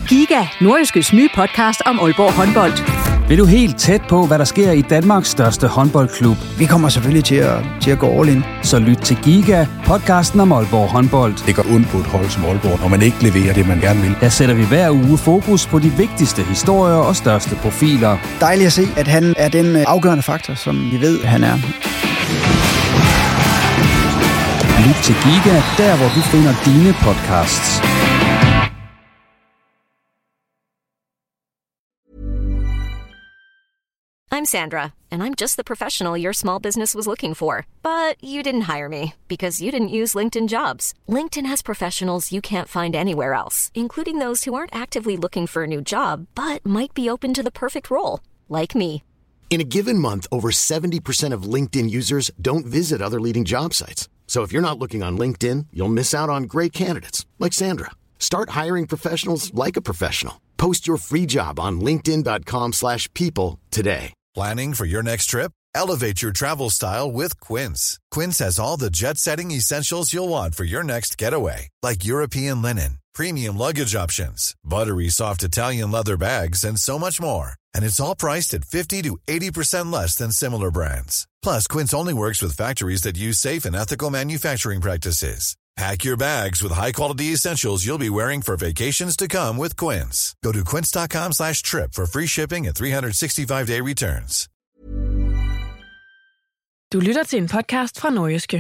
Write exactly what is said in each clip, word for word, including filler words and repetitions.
Giga, Nordjyskes nye podcast om Aalborg håndbold. Vil du helt tæt på, hvad der sker i Danmarks største håndboldklub? Vi kommer selvfølgelig til at, til at gå all in. Så lyt til Giga, podcasten om Aalborg håndbold. Det går ondt på et hold som Aalborg, når man ikke leverer det, man gerne vil. Der sætter vi hver uge fokus på de vigtigste historier og største profiler. Dejligt at se, at han er den afgørende faktor, som vi ved, han er. Lyt til Giga, der hvor du finder dine podcasts. I'm Sandra, and I'm just the professional your small business was looking for. But you didn't hire me because you didn't use LinkedIn Jobs. LinkedIn has professionals you can't find anywhere else, including those who aren't actively looking for a new job, but might be open to the perfect role, like me. In a given month, over seventy percent of LinkedIn users don't visit other leading job sites. So if you're not looking on LinkedIn, you'll miss out on great candidates like Sandra. Start hiring professionals like a professional. Post your free job on linkedin dot com slash people today. Planning for your next trip? Elevate your travel style with Quince. Quince has all the jet-setting essentials you'll want for your next getaway, like European linen, premium luggage options, buttery soft Italian leather bags, and so much more. And it's all priced at fifty to eighty percent less than similar brands. Plus, Quince only works with factories that use safe and ethical manufacturing practices. Pack your bags with high-quality essentials you'll be wearing for vacations to come with Quince. Go to quince dot com slash trip for free shipping and three sixty-five day returns. Du lytter til en podcast fra Nordjyske.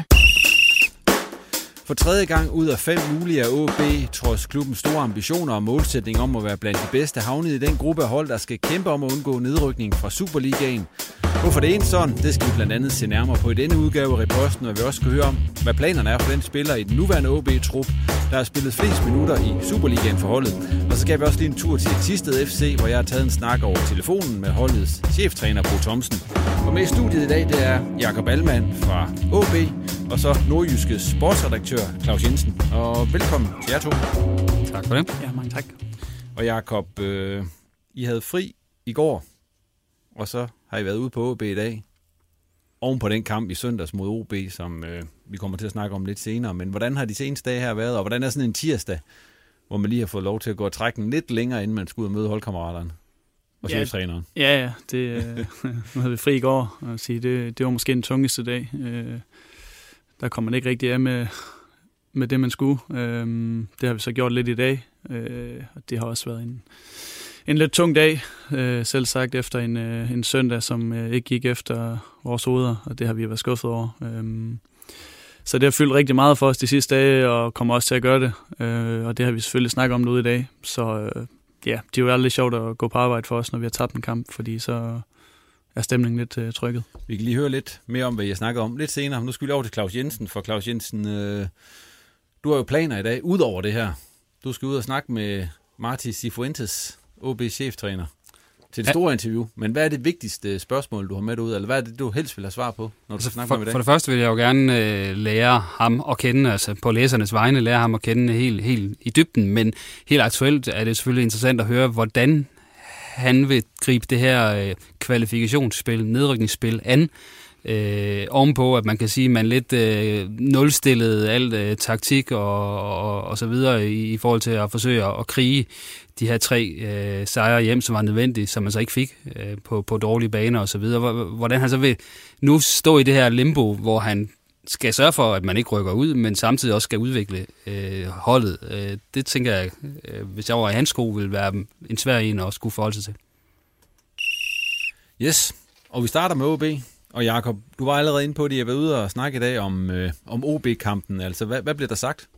For tredje gang ud af fem mulige af O B, trods klubbens store ambitioner og målsætning om at være blandt de bedste, havnet i den gruppe af hold, der skal kæmpe om at undgå nedrykning fra Superligaen. Hvorfor det er sådan, det skal vi blandt andet se nærmere på i denne udgave af Reposten, og vi også skal høre om, hvad planerne er for den spiller i den nuværende O B-trup, der har spillet flest minutter i Superligaen for holdet. Og så skal vi også lige en tur til Thisted F C, hvor jeg har taget en snak over telefonen med holdets cheftræner Bo Thomsen. Og med i studiet i dag, det er Jakob Allmann fra O B, og så Nordjyskes sportsredaktør Claus Jensen. Og velkommen til jer to. Tak for det. Ja, mange tak. Og Jakob, øh, I havde fri i går, og så har I været ude på O B i dag. Oven på den kamp i søndags mod O B, som øh, vi kommer til at snakke om lidt senere. Men hvordan har de seneste dage her været, og hvordan er sådan en tirsdag, hvor man lige har fået lov til at gå og trække den lidt længere, inden man skal ud og møde holdkammeraterne og ja, cheftræneren? Ja, ja. Det, øh, nu havde vi fri i går, og sige, det, det var måske den tungeste dag. Øh, der kom man ikke rigtig af med, med det, man skulle. Øh, det har vi så gjort lidt i dag, øh, og det har også været en... En lidt tung dag, øh, selv sagt efter en, øh, en søndag, som øh, ikke gik efter vores hoveder, og det har vi været skuffet over. Øhm, så det har fyldt rigtig meget for os de sidste dage, og kommer også til at gøre det, øh, og det har vi selvfølgelig snakket om nu i dag. Så øh, ja, det er jo aldrig sjovt at gå på arbejde for os, når vi har tabt en kamp, fordi så er stemningen lidt øh, trykket. Vi kan lige høre lidt mere om, hvad jeg snakker om lidt senere. Nu skal vi over til Claus Jensen, for Claus Jensen, øh, du har jo planer i dag, ud over det her. Du skal ud og snakke med Martí Cifuentes, O B's cheftræner, til det store ja. interview. Men hvad er det vigtigste spørgsmål, du har med ud, eller hvad er det, du helst vil have svar på, når du altså snakker for, med i dag? For det første vil jeg jo gerne øh, lære ham at kende, altså på læsernes vegne, lære ham at kende helt, helt i dybden, men helt aktuelt er det selvfølgelig interessant at høre, hvordan han vil gribe det her øh, kvalifikationsspil, nedrykningsspil an, Øh, ovenpå, at man kan sige, at man lidt øh, nulstillede alt øh, taktik og, og, og så videre i, i forhold til at forsøge at, at krige de her tre øh, sejre hjem, som var nødvendige, som man så ikke fik øh, på, på dårlige baner og så videre. Hvordan han så vil nu stå i det her limbo, hvor han skal sørge for, at man ikke rykker ud, men samtidig også skal udvikle øh, holdet. Øh, det tænker jeg, øh, hvis jeg var i hans sko, ville være en svær en at skulle forholde sig til. Yes, og vi starter med O B. Og Jakob, du var allerede inde på det, jeg var ude og snakke i dag om, øh, om O B-kampen. Altså, hvad, hvad blev der sagt?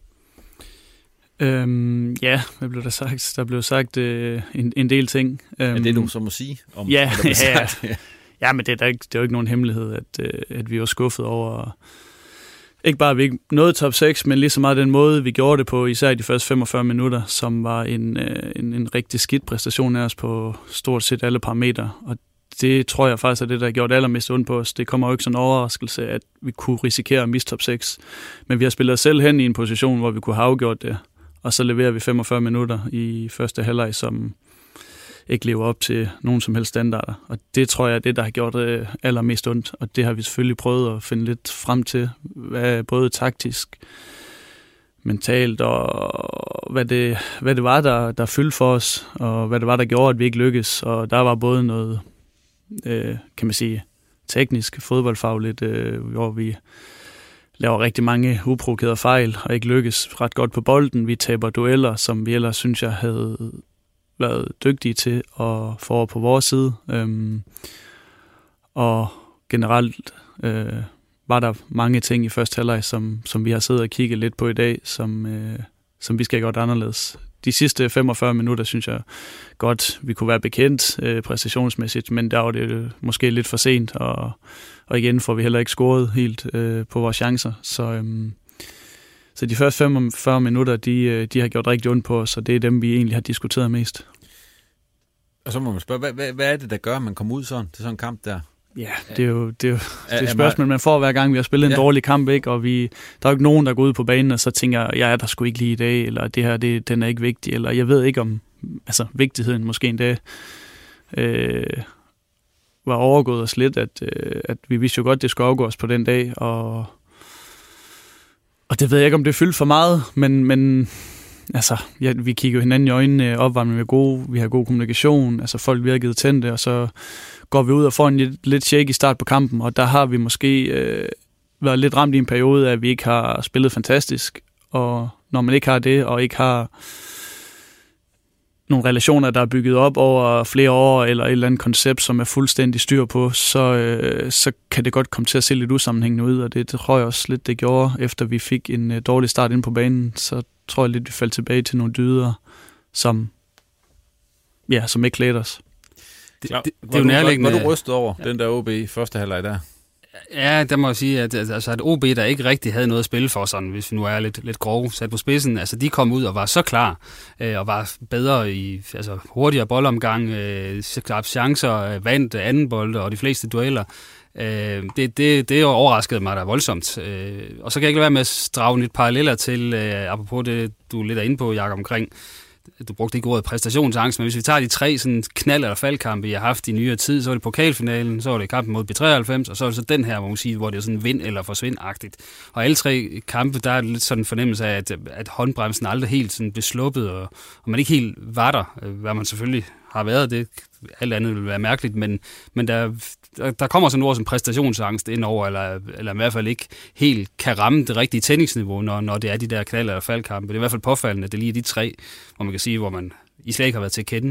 Øhm, ja, hvad blev der sagt? Der blev sagt øh, en, en del ting. Øhm, er det, du så må sige? Om, ja, ja, ja. ja, men det er, der ikke, det er jo ikke nogen hemmelighed, at, øh, at vi var skuffet over, ikke bare at vi ikke nåede top seks, men lige så meget den måde, vi gjorde det på, især i de første femogfyrre minutter, som var en, øh, en, en rigtig skidt præstation af os på stort set alle parametre. Og det tror jeg faktisk er det, der har gjort allermest ondt på os. Det kommer jo ikke sådan en overraskelse, at vi kunne risikere at miste top seks. Men vi har spillet os selv hen i en position, hvor vi kunne have afgjort det. Og så leverer vi femogfyrre minutter i første halvleg, som ikke lever op til nogen som helst standarder. Og det tror jeg er det, der har gjort det allermest ondt. Og det har vi selvfølgelig prøvet at finde lidt frem til, hvad både taktisk, mentalt, og hvad det, hvad det var, der, der fyldte for os, og hvad det var, der gjorde, at vi ikke lykkedes. Og der var både noget, øh, kan man sige, teknisk, fodboldfagligt, øh, hvor vi laver rigtig mange uprovokerede fejl, og ikke lykkes ret godt på bolden. Vi taber dueller, som vi ellers synes, jeg havde været dygtige til at få over på vores side. Øhm, og generelt øh, var der mange ting i første halvleg, som, som vi har siddet og kigget lidt på i dag, som, øh, som vi skal have gjort anderledes. De sidste femogfyrre minutter, synes jeg godt, vi kunne være bekendt øh, præstationsmæssigt, men der var det måske lidt for sent, og, og igen får vi heller ikke scoret helt øh, på vores chancer. Så, øhm, så de første femogfyrre minutter, de, de har gjort rigtig ondt på os, og det er dem, vi egentlig har diskuteret mest. Og så må man spørge, hvad, hvad, hvad er det, der gør, at man kommer ud sådan til sådan en kamp der? Ja, det er jo det er, jo, det er et spørgsmål, man får hver gang, vi har spillet en ja. dårlig kamp, ikke? Og vi, der er jo ikke nogen, der går ud på banen og så tænker, jeg er der sgu ikke lige i dag, eller det her, det, den er ikke vigtig, eller jeg ved ikke om, altså vigtigheden måske endda øh, var overgået os lidt, at, øh, at vi vidste jo godt, det skulle afgås på den dag, og, og det ved jeg ikke, om det fyldte for meget, men, men altså, ja, vi kigger jo hinanden i øjnene, opvarmningen er god, vi har god kommunikation, altså folk virkede tændte, og så går vi ud og får en lidt, lidt shaky start på kampen, og der har vi måske øh, været lidt ramt i en periode, at vi ikke har spillet fantastisk, og når man ikke har det, og ikke har nogle relationer, der er bygget op over flere år, eller et eller andet koncept, som er fuldstændig styr på, så, øh, så kan det godt komme til at se lidt usammenhængende ud, og det, det tror jeg også lidt, det gjorde, efter vi fik en øh, dårlig start ind på banen, så tror jeg lidt, vi faldt tilbage til nogle dyder, som, ja, som ikke klædte os. Det, det, det er jo nærliggende. Var du rystet over ja. den der O B i første halvleg der? Ja, der må jeg sige, at, altså, at O B, der ikke rigtig havde noget at spille for, sådan, hvis vi nu er lidt, lidt grove sat på spidsen, altså de kom ud og var så klar, øh, og var bedre i altså, hurtigere boldomgang, øh, chancer, øh, vandt anden bold og de fleste dueller. Øh, det, det, det overraskede mig da voldsomt. Øh, og så kan jeg ikke lade være med at drage lidt paralleller til, øh, apropos det, du er lidt inde på, Jakob, omkring, du brugte ikke ordet præstationsangst, men hvis vi tager de tre sådan knald- eller faldkampe, jeg har haft i nyere tid, så var det pokalfinalen, så var det kampen mod B treoghalvfems, og så er det så den her, hvor man siger, hvor det er sådan vind- eller forsvind-agtigt. Og alle tre kampe, der er lidt sådan en fornemmelse af, at, at håndbremsen aldrig helt sådan blev sluppet, og, og man ikke helt var der, hvad man selvfølgelig har været. Det alt andet vil være mærkeligt, men, men der, der kommer sådan et ord som præstationsangst ind over, eller, eller i hvert fald ikke helt kan ramme det rigtige tændingsniveau, når, når det er de der knald- eller faldkampe. Det er i hvert fald påfaldende, at det lige er de tre, hvor man kan sige, hvor man i slet ikke har været til at kende.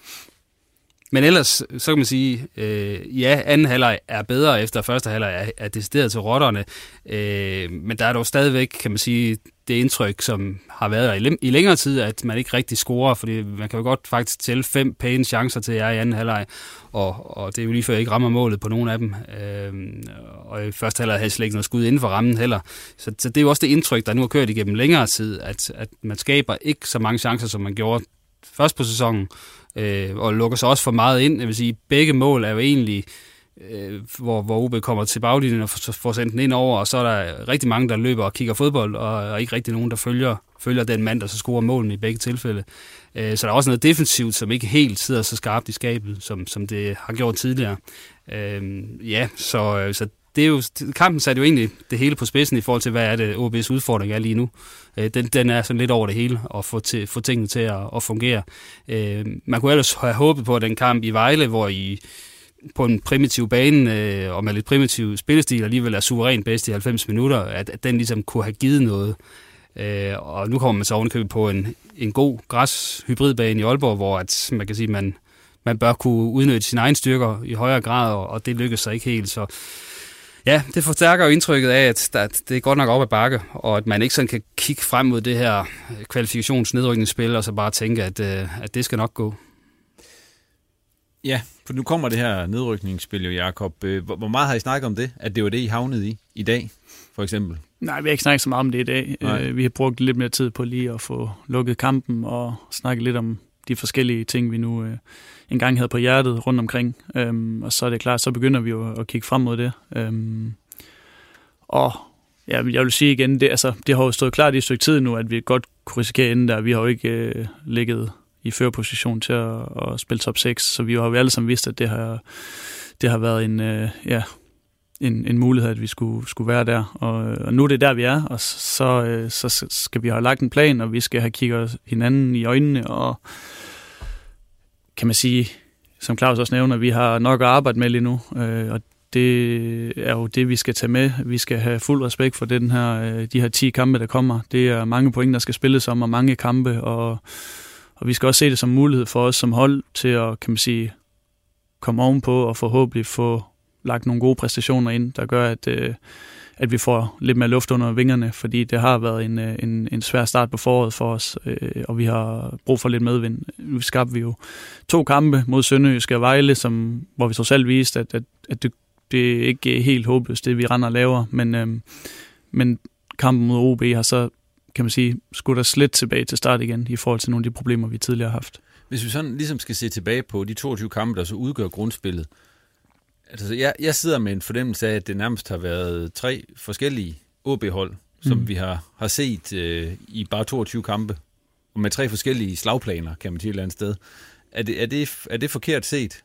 Men ellers, så kan man sige, øh, ja, anden halvleg er bedre efter første halvleg er, er decideret til rotterne, øh, men der er dog stadigvæk, kan man sige, det indtryk, som har været der i, i længere tid, at man ikke rigtig scorer, fordi man kan jo godt faktisk tælle fem pæne chancer til jer i anden halvleg, og, og det er jo lige før, jeg ikke rammer målet på nogen af dem, øh, og i første halvleg havde jeg slet ikke noget skud inden for rammen heller. Så, så det er jo også det indtryk, der nu har kørt igennem længere tid, at, at man skaber ikke så mange chancer, som man gjorde først på sæsonen, øh, og lukker sig også for meget ind. Jeg vil sige, begge mål er jo egentlig, øh, hvor, hvor O B kommer til baglinjen og får sendt den ind over, og så er der rigtig mange, der løber og kigger fodbold, og, og ikke rigtig nogen, der følger, følger den mand, der så scorer målene i begge tilfælde. Øh, så der er også noget defensivt, som ikke helt sidder så skarpt i skabet, som, som det har gjort tidligere. Øh, ja, så, så det er jo, kampen satte jo egentlig det hele på spidsen i forhold til, hvad er det O B's udfordring er lige nu. Den, den er sådan lidt over det hele, at få, til, få tingene til at, at fungere. Man kunne ellers have håbet på, at den kamp i Vejle, hvor I på en primitiv bane, og med lidt primitiv spillestil, alligevel er suveræn bedst i halvfems minutter, at, at den ligesom kunne have givet noget. Og nu kommer man så ovenikøbet på en, en god græs-hybridbane i Aalborg, hvor at man kan sige, man, man bør kunne udnytte sine egne styrker i højere grad, og det lykkes sig ikke helt, så ja, det forstærker jo indtrykket af, at det er godt nok op ad bakke, og at man ikke sådan kan kigge frem mod det her kvalifikationsnedrykningsspil, og så bare tænke, at, at det skal nok gå. Ja, for nu kommer det her nedrykningsspil jo, Jakob. Hvor meget har I snakket om det? At det var det, I havnede i i dag, for eksempel? Nej, vi har ikke snakket så meget om det i dag. Nej. Vi har brugt lidt mere tid på lige at få lukket kampen og snakke lidt om de forskellige ting, vi nu øh, engang havde på hjertet rundt omkring. Øhm, og så er det klart, så begynder vi jo at kigge frem mod det. Øhm, og ja, jeg vil sige igen, det, altså, det har jo stået klart i et stykke tid nu, at vi godt kunne risikere inden der. Vi har jo ikke øh, ligget i førerposition til at, at spille top seks, så vi har jo alle sammen vidst, at det har, det har været en, øh, ja, en, en mulighed, at vi skulle, skulle være der. Og, og nu er det der, vi er, og så, så skal vi have lagt en plan, og vi skal have kigget hinanden i øjnene, og kan man sige, som Claus også nævner, vi har nok at arbejde med lige nu, og det er jo det, vi skal tage med. Vi skal have fuld respekt for den her, de her ti kampe, der kommer. Det er mange point, der skal spilles om, og mange kampe, og, og vi skal også se det som mulighed for os som hold til at, kan man sige, komme ovenpå og forhåbentlig få lagt nogle gode præstationer ind, der gør, at, øh, at vi får lidt mere luft under vingerne, fordi det har været en, en, en svær start på foråret for os, øh, og vi har brug for lidt medvind. Nu skabte vi jo to kampe mod Sønderjysk og Vejle, som, hvor vi trods alt viste, at, at, at det, det er ikke helt håbløst, det vi render og laver, men, øh, men kampen mod O B har så, kan man sige, skudt os lidt tilbage til start igen, i forhold til nogle af de problemer, vi tidligere har haft. Hvis vi sådan ligesom skal se tilbage på de toogtyve kampe, der så udgør grundspillet, altså jeg, jeg sidder med en fornemmelse af, at det nærmest har været tre forskellige O B-hold, som mm. vi har, har set øh, i bare toogtyve kampe, og med tre forskellige slagplaner, kan man sige et eller andet sted. Er det, er det, er det forkert set?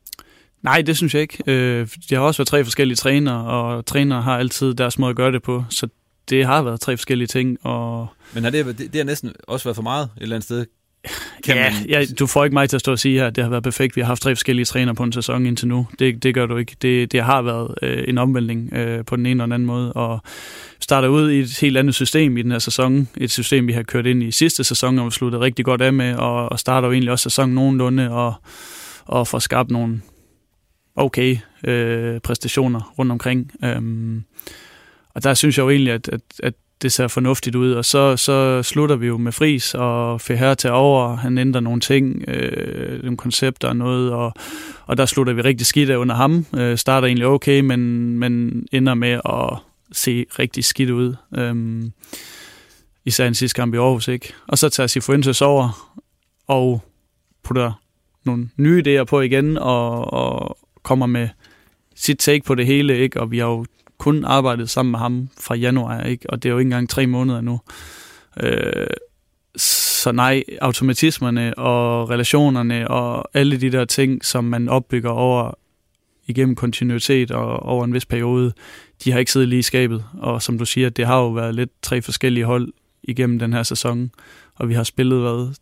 Nej, det synes jeg ikke. Øh, det har også været tre forskellige trænere, og trænere har altid deres måde at gøre det på, så det har været tre forskellige ting. Og men har det, det, det har næsten også været for meget et eller andet sted? Kan ja, man... ja, du får ikke mig til at stå og sige her, at det har været perfekt. Vi har haft tre forskellige trænere på en sæson indtil nu. Det, det gør du ikke. Det, det har været øh, en omvæltning øh, på den ene eller den anden måde, og starter ud i et helt andet system i den her sæson. Et system, vi har kørt ind i sidste sæson, og vi sluttede rigtig godt af med, og, og starter jo egentlig også sæsonen nogenlunde, og, og får skabt nogle okay øh, præstationer rundt omkring. Øhm, og der synes jeg jo egentlig, at, at, at det ser fornuftigt ud, og så, så slutter vi jo med Friis, og Ferher tager over, han ændrer nogle ting, øh, nogle koncepter og noget, og, og der slutter vi rigtig skidt af under ham. Øh, starter egentlig okay, men, men ender med at se rigtig skidt ud. Øhm, især en sidste kamp i Aarhus, ikke? Og så tager Cifuentes over, og putter nogle nye idéer på igen, og, og kommer med sit take på det hele, ikke? Og vi har jo kun arbejdet sammen med ham fra januar, ikke? Og det er jo ikke engang tre måneder nu. Øh, så nej, automatismerne og relationerne og alle de der ting, som man opbygger over igennem kontinuitet og over en vis periode, de har ikke siddet lige i skabet. Og som du siger, det har jo været lidt tre forskellige hold igennem den her sæson, og vi har spillet, hvad,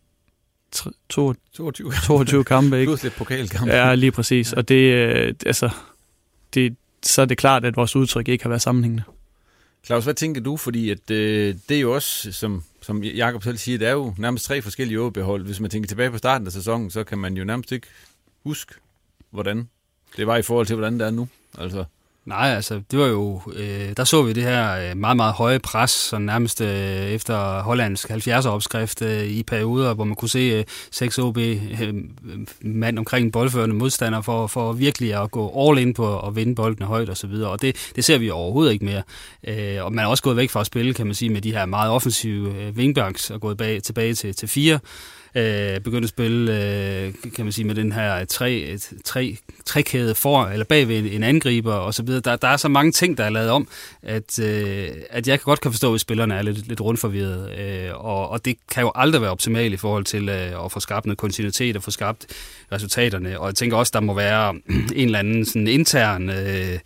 toogtyve, toogtyve kampe, ikke? Plus lidt pokalkampe. Ja, lige præcis. Og det, altså, det så er det klart, at vores udtryk ikke har været sammenhængende. Claus, hvad tænker du? Fordi at, øh, det er jo også, som, som Jakob selv siger, det er jo nærmest tre forskellige O B-hold. Hvis man tænker tilbage på starten af sæsonen, så kan man jo nærmest ikke huske, hvordan det var i forhold til, hvordan det er nu. Altså. Nej, altså, det var jo, øh, der så vi det her meget, meget høje pres, så nærmest øh, efter hollandsk halvfjerdser-opskrift øh, i perioder, hvor man kunne se øh, seks O B-mand øh, omkring boldførende modstandere for, for virkelig at gå all in på at vinde boldene højt og så videre, og det, det ser vi overhovedet ikke mere. Øh, og man er også gået væk fra at spille, kan man sige, med de her meget offensive øh, wingbacks og gået bag, tilbage til, til fire. Øh, begyndt at spille, øh, kan man sige, med den her tre, tre, trekæde for, eller bagved en angriber og så videre. Der, der er så mange ting, der er lavet om, at, øh, at jeg godt kan forstå, at spillerne er lidt, lidt rundforvirret. Øh, og, og det kan jo aldrig være optimalt i forhold til øh, at få skabt noget kontinuitet og få skabt resultaterne. Og jeg tænker også, der må være en eller anden sådan intern øh,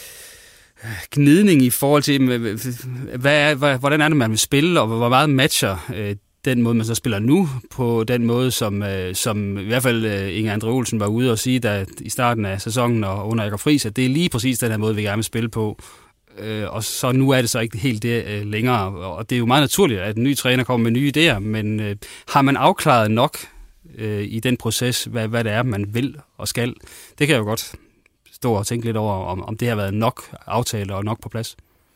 gnidning i forhold til, hvad er, hvad, hvordan er det, man vil spille, og hvor meget matcher øh, den måde, man så spiller nu, på den måde, som, øh, som i hvert fald øh, Inge André Olsen var ude og sige, da i starten af sæsonen og under Jakob Friis, at det er lige præcis den her måde, vi gerne vil spille på. Øh, og så nu er det så ikke helt det øh, længere. Og det er jo meget naturligt, at en ny træner kommer med nye idéer, men øh, har man afklaret nok øh, i den proces, hvad, hvad det er, man vil og skal? Det kan jeg jo godt stå og tænke lidt over, om, om det har været nok aftaler og nok på plads.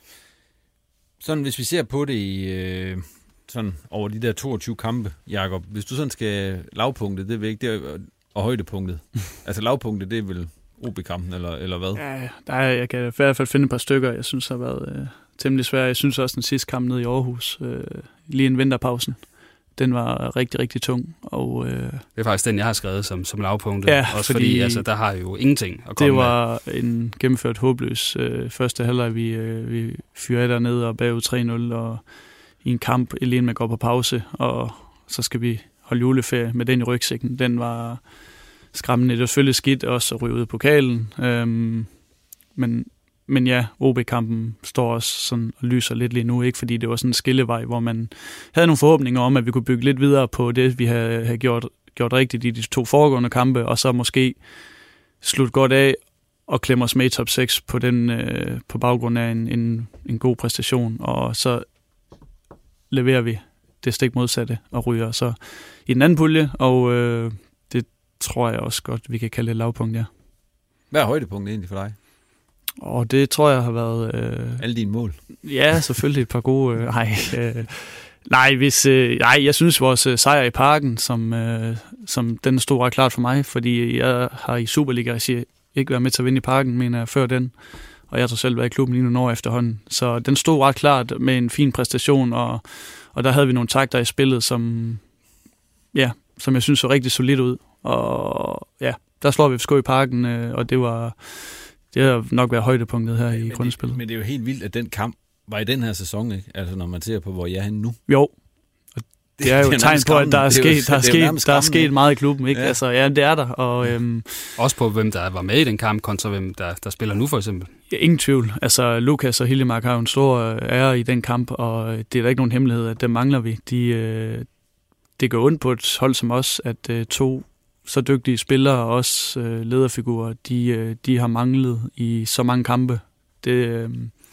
Sådan, hvis vi ser på det i... Øh sådan over de der toogtyve kampe, Jakob. Hvis du sådan skal lavpunktet, det er ikke det, og højdepunktet. Altså lavpunktet, det er vel O B-kampen, eller, eller hvad? Ja, der er, jeg kan i hvert fald finde et par stykker, jeg synes har været øh, temmelig svært. Jeg synes også, den sidste kamp nede i Aarhus, øh, lige en vinterpausen, den var rigtig, rigtig tung. Og, øh, det er faktisk den, jeg har skrevet som, som lavpunktet. Ja, også fordi, fordi altså, der har jo ingenting at komme det var med. En gennemført håbløs øh, første halvleg, vi, øh, vi fyrer dernede og bagud tre nul, og i en kamp, alene med går på pause, og så skal vi holde juleferie med den i rygsækken. Den var skræmmende. Det var selvfølgelig skidt også at ryge ud af pokalen, øhm, men, men men ja, O B-kampen står også sådan og lyser lidt lige nu, ikke fordi det var sådan en skillevej, hvor man havde nogle forhåbninger om, at vi kunne bygge lidt videre på det, vi havde, havde gjort, gjort rigtigt i de to foregående kampe, og så måske slutte godt af og klemme os med i top seks på, den, øh, på baggrund af en, en, en god præstation, og så leverer vi det stik modsatte og ryger så i den anden pulje, og øh, det tror jeg også godt, vi kan kalde et lavpunkt, ja. Hvad er højdepunktet egentlig for dig? Og det tror jeg har været... Øh... Alle dine mål? Ja, selvfølgelig et par gode... Øh, nej, øh, nej, hvis, øh, nej, jeg synes vores øh, sejr i Parken, som, øh, som den stod ret klart for mig, fordi jeg har i Superliga ikke været med til at vinde i Parken, mener jeg, før den. Og jeg har selv været i klubben lige nogle år efterhånden. Så den stod ret klart med en fin præstation, og, og der havde vi nogle takter i spillet, som, ja, som jeg synes så rigtig solidt ud. Og ja, der slår vi F C K i Parken, øh, og det var... Det har nok været højdepunktet her i grundspillet. Men det er jo helt vildt, at den kamp var i den her sæson, ikke? Altså når man ser på, hvor jeg er henne nu. Jo, og det er jo et tegn på, at der er sket, der er sket, der er sket meget i klubben, ikke? Ja. Altså, ja, det er der. Og, øhm, også på, hvem der var med i den kamp, kontra hvem der, der spiller nu, for eksempel. Ja, ingen tvivl. Altså, Lukas og Hiljemark har jo en stor ære i den kamp, og det er da ikke nogen hemmelighed, at dem mangler vi. De, øh, det går ondt på et hold som os, at øh, to så dygtige spillere og også øh, lederfigurer, de, øh, de har manglet i så mange kampe. Det, øh,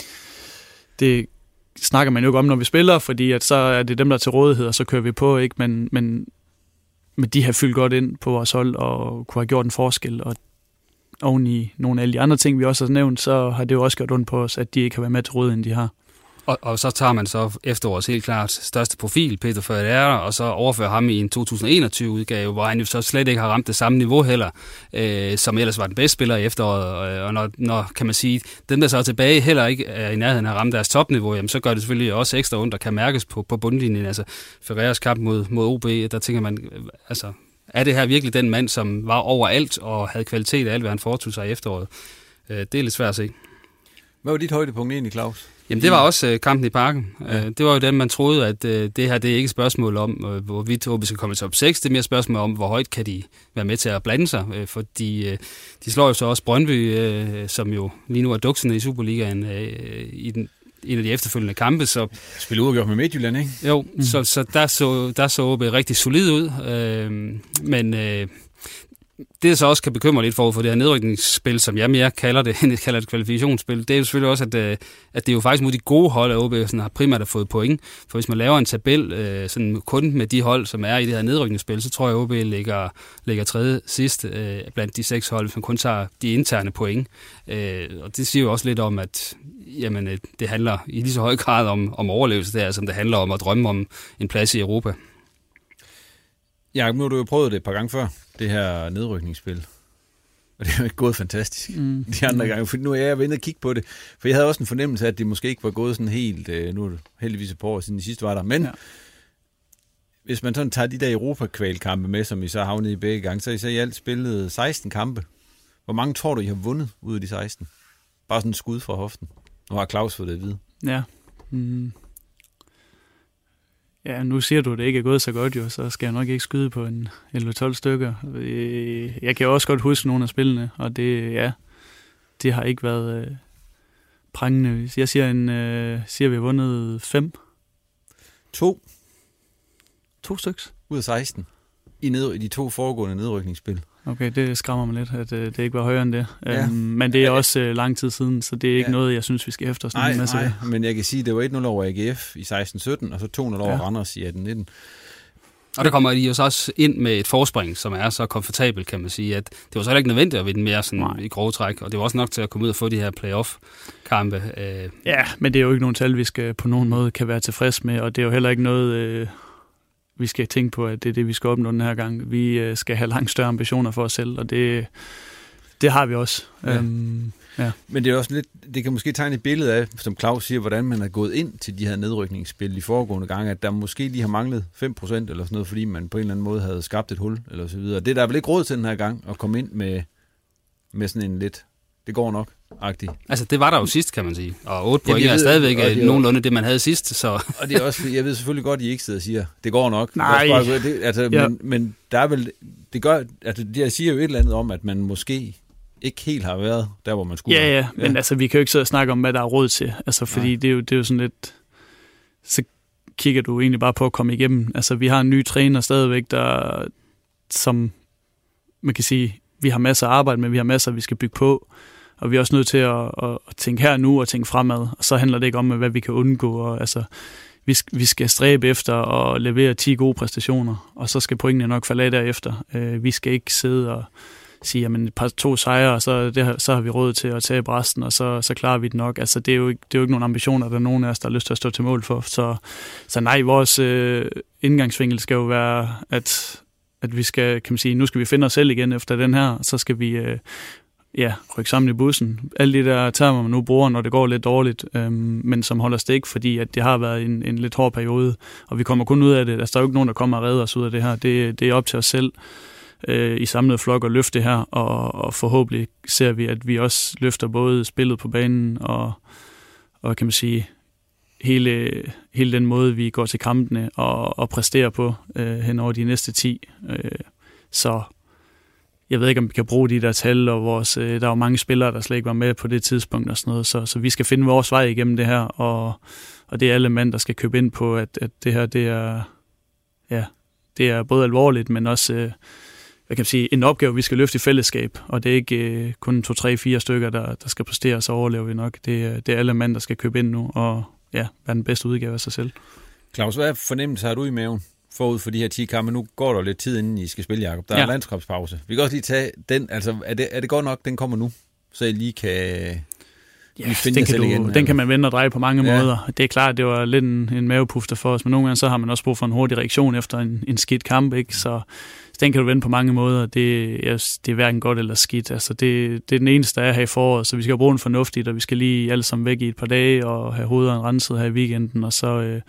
det snakker man jo ikke om, når vi spiller, fordi at så er det dem, der er til rådighed, og så kører vi på, ikke? Men, men, men de har fyldt godt ind på vores hold og kunne have gjort en forskel, og oven i nogle af alle de andre ting, vi også har nævnt, så har det jo også gjort ondt på os, at de ikke har været med til rådigheden, de har. Og, og så tager man så efterårets helt klart største profil, Peter Ferreira, og så overfører ham i en to tusind og enogtyve-udgave, hvor han jo så slet ikke har ramt det samme niveau heller, øh, som ellers var den bedste spiller i efteråret. Og når, når, kan man sige, dem der så er tilbage heller ikke er i nærheden af at ramme deres topniveau, jamen så gør det selvfølgelig også ekstra ondt og kan mærkes på, på bundlinjen. Altså Ferreiras kamp mod, mod O B, der tænker man, altså er det her virkelig den mand, som var overalt og havde kvalitet af alt, hvad han foretog sig i efteråret? Øh, det er lidt svært at se. Hvad var dit højdepunkt egentlig, Claus? Jamen, det var også øh, kampen i Parken. Ja. Øh, det var jo den, man troede, at øh, det her, det er ikke et spørgsmål om, øh, hvorvidt O B skal komme til top seks. Det er mere et spørgsmål om, hvor højt kan de være med til at blande sig. Øh, fordi øh, de slår jo så også Brøndby, øh, som jo lige nu er duksende i Superligaen øh, i den, en af de efterfølgende kampe. Så spiller uafgjort med Midtjylland, ikke? Jo, mm. så, så der så, der så O B rigtig solid ud. Øh, men... Øh, det, der så også kan bekymre lidt for, for det her nedrykningsspil, som jeg mere kalder det, end jeg kalder det kvalifikationsspil, det er jo selvfølgelig også, at, at det er jo faktisk mod de gode hold, at O B sådan har primært fået point. For hvis man laver en tabel øh, sådan kun med de hold, som er i det her nedrykningsspil, så tror jeg, at O B ligger, ligger tredje sidst øh, blandt de seks hold, hvis man kun tager de interne point. Øh, og det siger jo også lidt om, at jamen, det handler i lige så høj grad om, om overlevelse der, som det handler om at drømme om en plads i Europa. Ja, nu har du jo prøvet det et par gange før, det her nedrykningsspil. Og det er jo ikke gået fantastisk mm. de andre gange, for nu er jeg ved at kigge på det. For jeg havde også en fornemmelse af, at det måske ikke var gået sådan helt, øh, nu er det heldigvis et par år siden de sidste var der, men ja. Hvis man sådan tager de der Europa-kvalkampe med, som I så havnede i begge gange, så har I så i alt spillet seksten kampe. Hvor mange tror du, I har vundet ud af de seksten? Bare sådan en skud fra hoften. Nu har Claus fået det at vide. Ja. Mm. Ja, nu siger du, at det ikke er gået så godt jo, så skal jeg nok ikke skyde på en elleve tolv stykker. Jeg kan også godt huske nogle af spillene, og det, ja, det har ikke været øh, prangende. Jeg siger, en, øh, siger, vi har vundet fem. To. To stykker? Ud af seksten. I, ned, i de to foregående nedrykningsspil. Okay, det skræmmer mig lidt, at øh, det ikke var højere end det. Ja. Um, men det er også øh, lang tid siden, så det er ikke ja. noget, jeg synes, vi skal efter os. Nej, nej, men jeg kan sige, at det var et nul over A G F i seksten sytten, og så to nul over ja. Randers i atten nitten. Og der kommer de jo så også ind med et forspring, som er så komfortabelt, kan man sige, at det var så heller ikke nødvendigt at vinde mere sådan i grove træk, og det var også nok til at komme ud og få de her playoff-kampe. Ja, men det er jo ikke nogen tal, vi skal på nogen måde kan være tilfreds med, og det er jo heller ikke noget... Øh vi skal tænke på, at det er det, vi skal opnå den her gang. Vi skal have langt større ambitioner for os selv, og det, det har vi også. Ja. Øhm, ja. Men det er også lidt, det kan måske tegne et billede af, som Claus siger, hvordan man er gået ind til de her nedrykningsspil i foregående gange, at der måske lige har manglet fem procent eller sådan noget, fordi man på en eller anden måde havde skabt et hul, eller så videre. Det er der vel ikke råd til den her gang, at komme ind med, med sådan en lidt, det går nok. Agtig. Altså, det var der jo sidst, kan man sige. Og otte point er stadigvæk det nogenlunde det, man havde sidst. Så. Og det er også, jeg ved selvfølgelig godt, at I ikke sidder og siger, det går nok. Nej. Det det, altså, ja. men, men der er vel, det gør, altså, jeg siger jo et eller andet om, at man måske ikke helt har været der, hvor man skulle. Ja, ja, men ja. altså, vi kan jo ikke sidde og snakke om, hvad der er råd til. Altså, fordi det er, jo, det er jo sådan lidt... Så kigger du egentlig bare på at komme igennem. Altså, vi har en ny træner stadigvæk, der... Som man kan sige, vi har masser af arbejde, men vi har masser, vi skal bygge på. Og vi er også nødt til at, at, at tænke her nu og tænke fremad. Og så handler det ikke om, hvad vi kan undgå. Og, altså, vi, vi skal stræbe efter at levere ti gode præstationer, og så skal pointene nok falde af derefter. Uh, vi skal ikke sidde og sige, jamen et par to sejre, og så, det her, så har vi råd til at tage resten, og så, så klarer vi det nok. Altså, det er, jo ikke, det er jo ikke nogen ambitioner, der er nogen af os, der har lyst til at stå til mål for. Så, så nej, vores uh, indgangsvinkel skal jo være, at, at vi skal, kan man sige, nu skal vi finde os selv igen efter den her, og så skal vi... Uh, ja, rykke sammen i bussen. Alle de der termer, man nu bruger, når det går lidt dårligt, øhm, men som holder stik, fordi at det har været en, en lidt hård periode, og vi kommer kun ud af det. Altså, der er jo ikke nogen, der kommer og redder os ud af det her. Det, det er op til os selv øh, i samlet flok at løfte det her, og, og forhåbentlig ser vi, at vi også løfter både spillet på banen, og, og kan man sige, hele, hele den måde, vi går til kampene og, og præsterer på øh, hen over de næste ti. Øh, så jeg ved ikke, om vi kan bruge de der tal, og vores, der var mange spillere, der slet ikke var med på det tidspunkt og sådan noget, så, så vi skal finde vores vej igennem det her, og, og det er alle mænd, der skal købe ind på, at, at det her, det er, ja, det er både alvorligt, men også, hvad kan man sige, en opgave, vi skal løfte i fællesskab, og det er ikke kun to, tre, fire stykker, der, der skal præstere, så overlever vi nok. Det, det er alle mænd, der skal købe ind nu, og ja, være den bedste udgave af sig selv. Claus, hvad fornemmelse har du i maven forud for de her ti kampe? Nu går der lidt tid, inden I skal spille, Jacob. Der er ja. landskabspause. Vi kan også lige tage den. Altså, er det, er det godt nok, den kommer nu? Så I lige kan... Ja, den kan, du, igen, den kan man vende og dreje på mange ja. måder. Det er klart, det var lidt en, en mavepufter for os, men nogle gange så har man også brug for en hurtig reaktion efter en, en skidt kamp, ikke? Så, så den kan du vende på mange måder. Det, ja, det er hverken godt eller skidt. Altså, det, det er den eneste, der er her i foråret, så vi skal bruge den fornuftigt, og vi skal lige alle sammen væk i et par dage, og have hovederne renset her i weekenden, og så... Øh,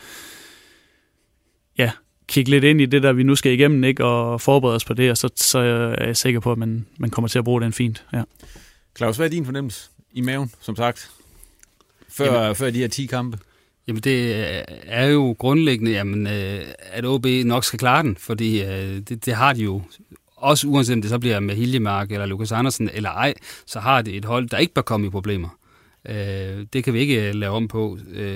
ja... kigge lidt ind i det, der vi nu skal igennem, ikke, og forberede os på det, og så, så er jeg sikker på, at man, man kommer til at bruge den fint. Ja. Claus, hvad er din fornemmelse i maven, som sagt, før, jamen, før de her ti kampe? Jamen, det er jo grundlæggende, jamen, at O B nok skal klare den, fordi det, det har de jo, også uanset om det så bliver med Hiljemark eller Lukas Andersen eller ej, så har det et hold, der ikke bør komme i problemer. Det kan vi ikke lave om på.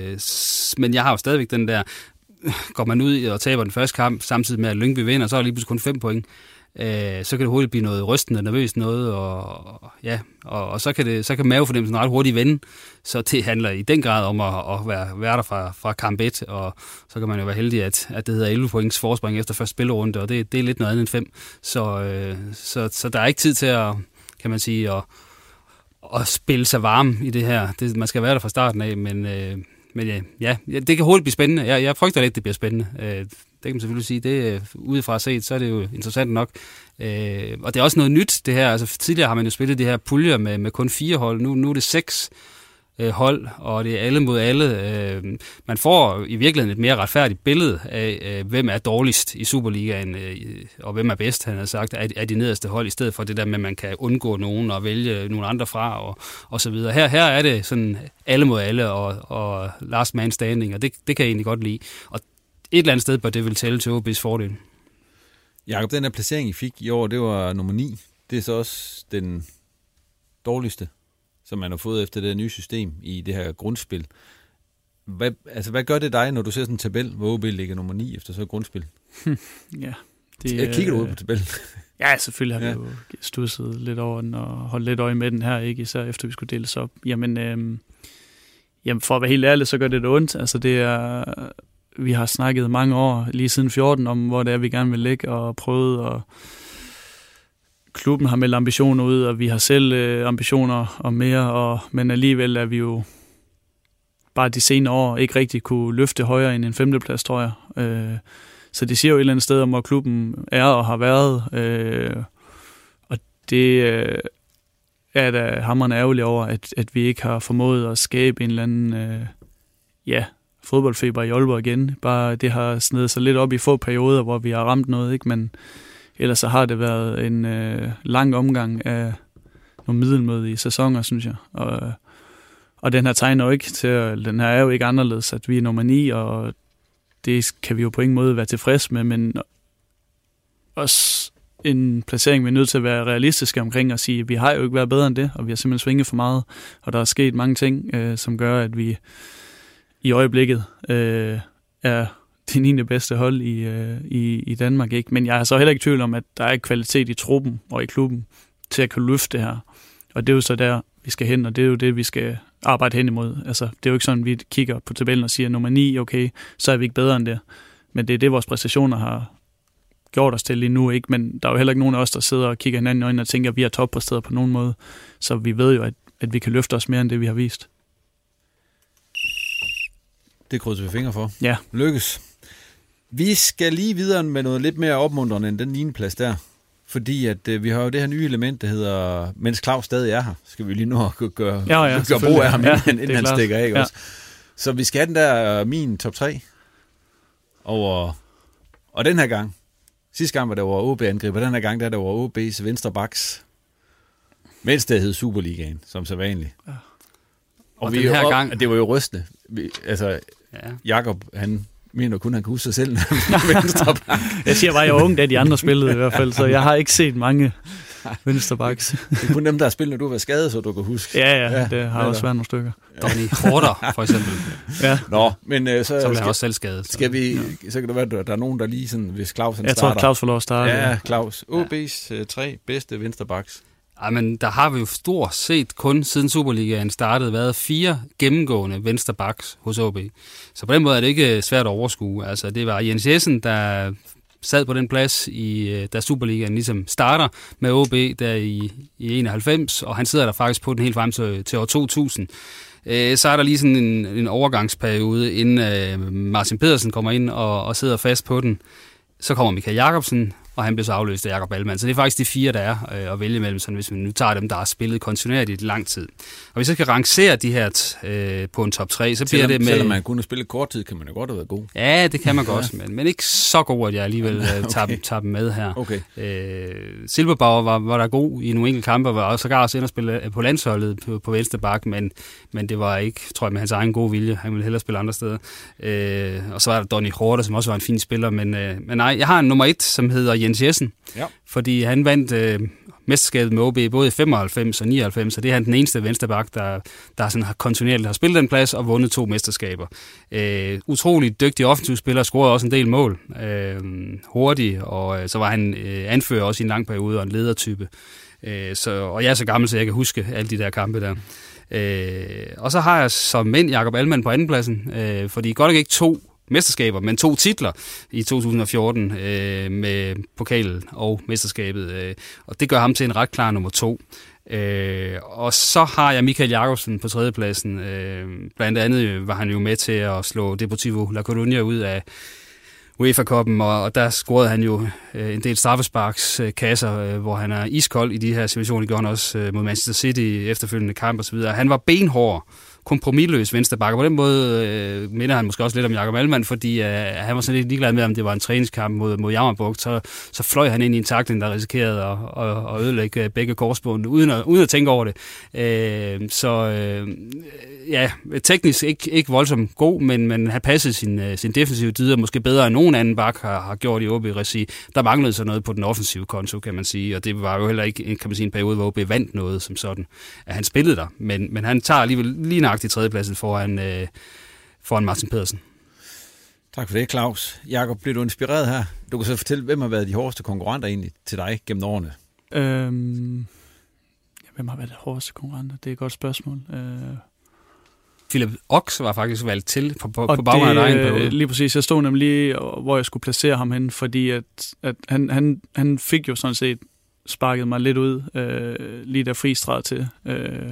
Men jeg har jo stadigvæk den der, går man ud og taber den første kamp, samtidig med at Lyngby vinder, så er det lige pludselig kun fem point. Øh, så kan det hurtigt blive noget rystende, nervøst noget, og, og, ja, og, og så kan, det, så kan mavefornemmelsen ret hurtigt vende. Så det handler i den grad om at, at være, være der fra, fra kamp et, og så kan man jo være heldig, at, at det hedder elleve points forspring efter første spillerunde, og det, det er lidt noget andet end fem. Så, øh, så, så der er ikke tid til at, kan man sige, at, at spille sig varm i det her. Det, man skal være der fra starten af, men... Øh, Men ja, ja, det kan hurtigt blive spændende. Jeg, jeg frygter lidt, det bliver spændende. Øh, det kan man selvfølgelig sige. Det udefra set, så er det jo interessant nok. Øh, og det er også noget nyt, det her. Altså, tidligere har man jo spillet de her puljer med, med kun fire hold. Nu, nu er det seks øh, hold, og det er alle mod alle. Øh, man får i virkeligheden et mere retfærdigt billede af, øh, hvem er dårligst i Superligaen, øh, og hvem er bedst, han har sagt, af, af de nederste hold, i stedet for det der med, at man kan undgå nogen og vælge nogle andre fra, og, og så videre. Her, her er det sådan alle mod alle, og, og last man standing, og det, det kan jeg egentlig godt lide. Og et eller andet sted bør det vil tælle til O B's fordel. Jakob, den her placering, I fik i år, det var nummer ni. Det er så også den dårligste, som man har fået efter det nye system i det her grundspil. Hvad, altså, hvad gør det dig, når du ser sådan en tabel, hvor O B ligger nummer ni efter så et grundspil? ja, det, jeg kigger du ud på tabellen? Ja, selvfølgelig har ja. vi jo studset lidt over den og holdt lidt øje med den her, ikke især efter vi skulle deles op. Jamen, øhm, jamen for at være helt ærlig, så gør det det ondt. Altså, det er, vi har snakket mange år, lige siden fjorten, om hvor det er, vi gerne vil ligge, og prøvet, og klubben har meldt ambitioner ud, og vi har selv øh, ambitioner om mere, og, men alligevel er vi jo bare de senere år ikke rigtig kunne løfte højere end en femteplads, tror jeg. Øh, så det siger jo et eller andet sted om, hvor klubben er og har været, øh, og det øh, er da hamrende ærgerligt over, at, at vi ikke har formået at skabe en eller anden øh, ja, fodboldfeber i Aalborg igen. Bare det har snedet sig lidt op i få perioder, hvor vi har ramt noget, ikke? Men ellers så har det været en øh, lang omgang af nogle middelmådige sæsoner, synes jeg. Og, og den her tegner jo ikke til, den her er jo ikke anderledes, at vi er nummer ni, og det kan vi jo på ingen måde være tilfreds med, men også en placering, vi er nødt til at være realistiske omkring og sige, at vi har jo ikke været bedre end det, og vi har simpelthen svinget for meget, og der er sket mange ting, øh, som gør, at vi i øjeblikket øh, er det niende bedste hold i, øh, i, i Danmark. Ikke? Men jeg er så heller ikke i tvivl om, at der er kvalitet i truppen og i klubben til at kunne løfte det her. Og det er jo så der, vi skal hen, og det er jo det, vi skal arbejde hen imod. Altså, det er jo ikke sådan, at vi kigger på tabellen og siger, nummer ni, okay, så er vi ikke bedre end det. Men det er det, vores præstationer har gjort os til lige nu, ikke? Men der er jo heller ikke nogen af os, der sidder og kigger hinanden i øjnene og tænker, at vi har toppræsteret på nogen måde. Så vi ved jo, at, at vi kan løfte os mere end det, vi har vist. Det krydser vi fingre for. Ja. Lykkes. Vi skal lige videre med noget lidt mere opmuntrende end den niende plads der. Fordi at øh, vi har jo det her nye element, der hedder, mens Claus stadig er her, skal vi lige nu gøre, ja, ja, gøre brug af ham, ja, inden, inden han klart. stikker af. Ja. Også. Så vi skal have den der min top tre over, og den her gang, sidste gang var det over O B-angriber, den her gang der er det over O B's venstre backs, mens det hed Superligaen, som så vanligt. Ja. Og, og vi den her op, gang, det var jo rystende. Vi, altså, ja. Jakob, han mener kun, han kan huske sig selv. Jeg siger bare, at jeg var ung, da de andre spillede i hvert fald, så jeg har ikke set mange venstrebacks. Det er kun dem, der har spillet, når du har været skadet, så du kan huske. Ja, ja, ja det har ja, også været nogle stykker. Donny Horter, for eksempel. Ja. Nå, men uh, så, så bliver skal, også selv skadet. Så. Skal vi, ja. Så kan det være, at der er nogen, der lige sådan, hvis Claus han jeg starter. Jeg tror, Claus får lov at starte. Ja, Claus. O B's uh, tre bedste venstrebacks. Ej, men der har vi jo stort set kun siden Superligaen startede været fire gennemgående venstrebacks hos O B. Så på den måde er det ikke svært at overskue. Altså, det var Jens Jessen, der sad på den plads, i, da Superligaen ligesom starter med O B der i, i enoghalvfems, og han sidder der faktisk på den helt frem til, til år to tusind. Øh, så er der lige sådan en, en overgangsperiode, inden øh, Martin Pedersen kommer ind og, og sidder fast på den. Så kommer Michael Jakobsen, og han bliver så afløst af Jakob Allmann. Så det er faktisk de fire, der er øh, at vælge mellem, sådan, hvis vi nu tager dem, der har spillet kontinuerligt i lang tid. Og hvis jeg skal rangere de her øh, på en top tre, så bliver selvom, det med... Selvom man kunne spille kort tid, kan man jo godt have været god. Ja, det kan man godt, ja. men, men ikke så god, at jeg alligevel øh, tager, okay. tager dem med her. Okay. Øh, Silberbauer var, var der god i nogle enkelte kampe, og sågar også inde og spille på landsholdet på, på venstre bak, men, men det var ikke, tror jeg, med hans egen gode vilje. Han ville hellere spille andre steder. Øh, og så var der Donny Horter, som også var en fin spiller, men, øh, men nej, jeg har en nummer et, som hedder Jens Jessen. Ja. Fordi han vandt øh, mesterskabet med O B både i femoghalvfems og nioghalvfems, og det er han den eneste venstreback, der, der sådan har kontinuerligt har spillet den plads og vundet to mesterskaber. Øh, utrolig dygtig offensiv spiller, scorede også en del mål. Øh, hurtig, og øh, så var han øh, anfører også i en lang periode og en ledertype. Øh, så, og jeg er så gammel, så jeg kan huske alle de der kampe der. Øh, og så har jeg som mænd Jakob Allmann på andenpladsen, øh, fordi godt ikke to mesterskaber, men to titler i to tusind og fjorten øh, med pokalen og mesterskabet, øh, og det gør ham til en ret klar nummer to. Øh, og så har jeg Michael Jakobsen på tredjepladsen. Øh, blandt andet var han jo med til at slå Deportivo La Coruña ud af UEFA-koppen, og, og der scorede han jo øh, en del straffesparks øh, kasser, øh, hvor han er iskold i de her situationer. Det gjorde han også øh, mod Manchester City i efterfølgende kamp og så videre. Han var benhård, kompromisløs venstreback. På den måde øh, minder han måske også lidt om Jakob Allmann, fordi øh, han var sådan lidt ligeglad med, om det var en træningskamp mod, mod Jammerbugt. Så, så fløj han ind i en tackling, der risikerede at, at, at ødelægge begge korsbånd, uden at, uden at tænke over det. Øh, så øh, ja, teknisk ikke, ikke voldsomt god, men, men han passede sin, sin defensive dyder måske bedre end nogen anden bak har, har gjort i O B-regi. Der manglede så noget på den offensive konto, kan man sige, og det var jo heller ikke kan man sige, en periode, hvor O B vandt noget som sådan, at han spillede der. Men, men han tager alligevel lige nøjagtigt tredjepladsen foran, øh, foran Martin Pedersen. Tak for det, Claus. Jakob, bliver du inspireret her? Du kan så fortælle, hvem har været de hårdeste konkurrenter egentlig til dig gennem årene? Øhm, ja, hvem har været de hårdeste konkurrenter? Det er et godt spørgsmål. Øh... Philip Ox var faktisk valgt til på, på, på baggrund af egen periode. Lige præcis. Jeg stod nemlig lige, hvor jeg skulle placere ham hen, fordi at, at han, han, han fik jo sådan set sparket mig lidt ud, øh, lige der fristræd til. Øh,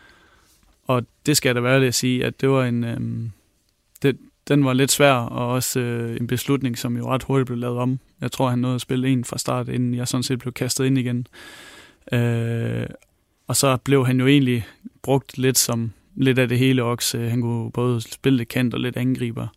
og det skal da være det at sige, at det var en... Øh, det, den var lidt svær, og også øh, en beslutning, som jo ret hurtigt blev lavet om. Jeg tror, han nåede at spille en fra start, inden jeg sådan set blev kastet ind igen. Øh, og så blev han jo egentlig brugt lidt som lidt af det hele også. Han kunne både spille lidt kant og lidt angriber.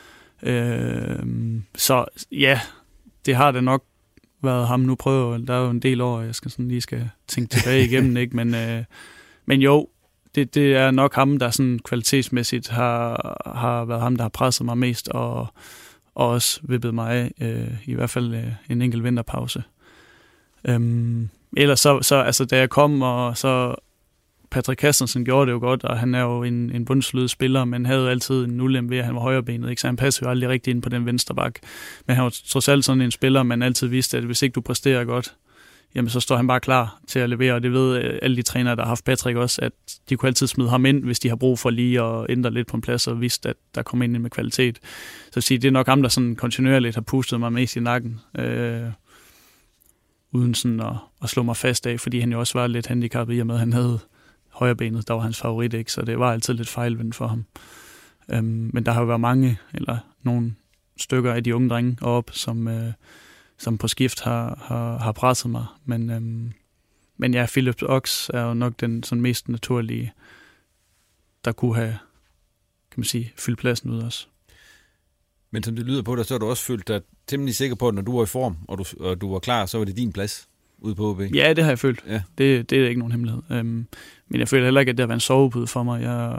Øh, så ja, det har det nok været ham nu prøver. Der er jo en del år, jeg skal sådan lige skal tænke tilbage igennem, ikke? Men, øh, men jo, det, det er nok ham, der sådan kvalitetsmæssigt har, har været ham, der har presset mig mest, og, og også vippet mig af, øh, i hvert fald øh, en enkelt vinterpause. Øhm, ellers så, så, altså da jeg kom, og så Patrick Christensen gjorde det jo godt, og han er jo en, en bundslød spiller, men havde jo altid en ulempe ved, at han var højrebenet, ikke? Så han passede jo aldrig rigtig ind på den venstre bak. Men han var trods alt sådan en spiller, man altid vidste, at hvis ikke du præsterer godt, jamen så står han bare klar til at levere, og det ved alle de trænere, der har haft Patrick også, at de kunne altid smide ham ind, hvis de har brug for lige at ændre lidt på en plads, og vidste, at der kom ind med kvalitet. Så sige, det er nok ham, der sådan kontinuerligt har pustet mig mest i nakken, øh, uden sådan at, at slå mig fast af, fordi han jo også var lidt handicappet i og med, at han havde højrebenet, der var hans favorit, ikke? Så det var altid lidt fejlvendt for ham. Øhm, men der har jo været mange, eller nogle stykker af de unge drenge op, som, øh, som på skift har, har, har presset mig. Men, øhm, men ja, Philip Ox er jo nok den sådan mest naturlige, der kunne have, kan man sige, fyldt pladsen ud også. Men som det lyder på dig, så har du også følt dig temmelig sikker på, at når du var i form, og du, og du var klar, så var det din plads ude på O B? Ja, det har jeg følt. Ja. Det, det er ikke nogen hemmelighed. Øhm, men jeg føler heller ikke, at det har været en sovepude for mig. Jeg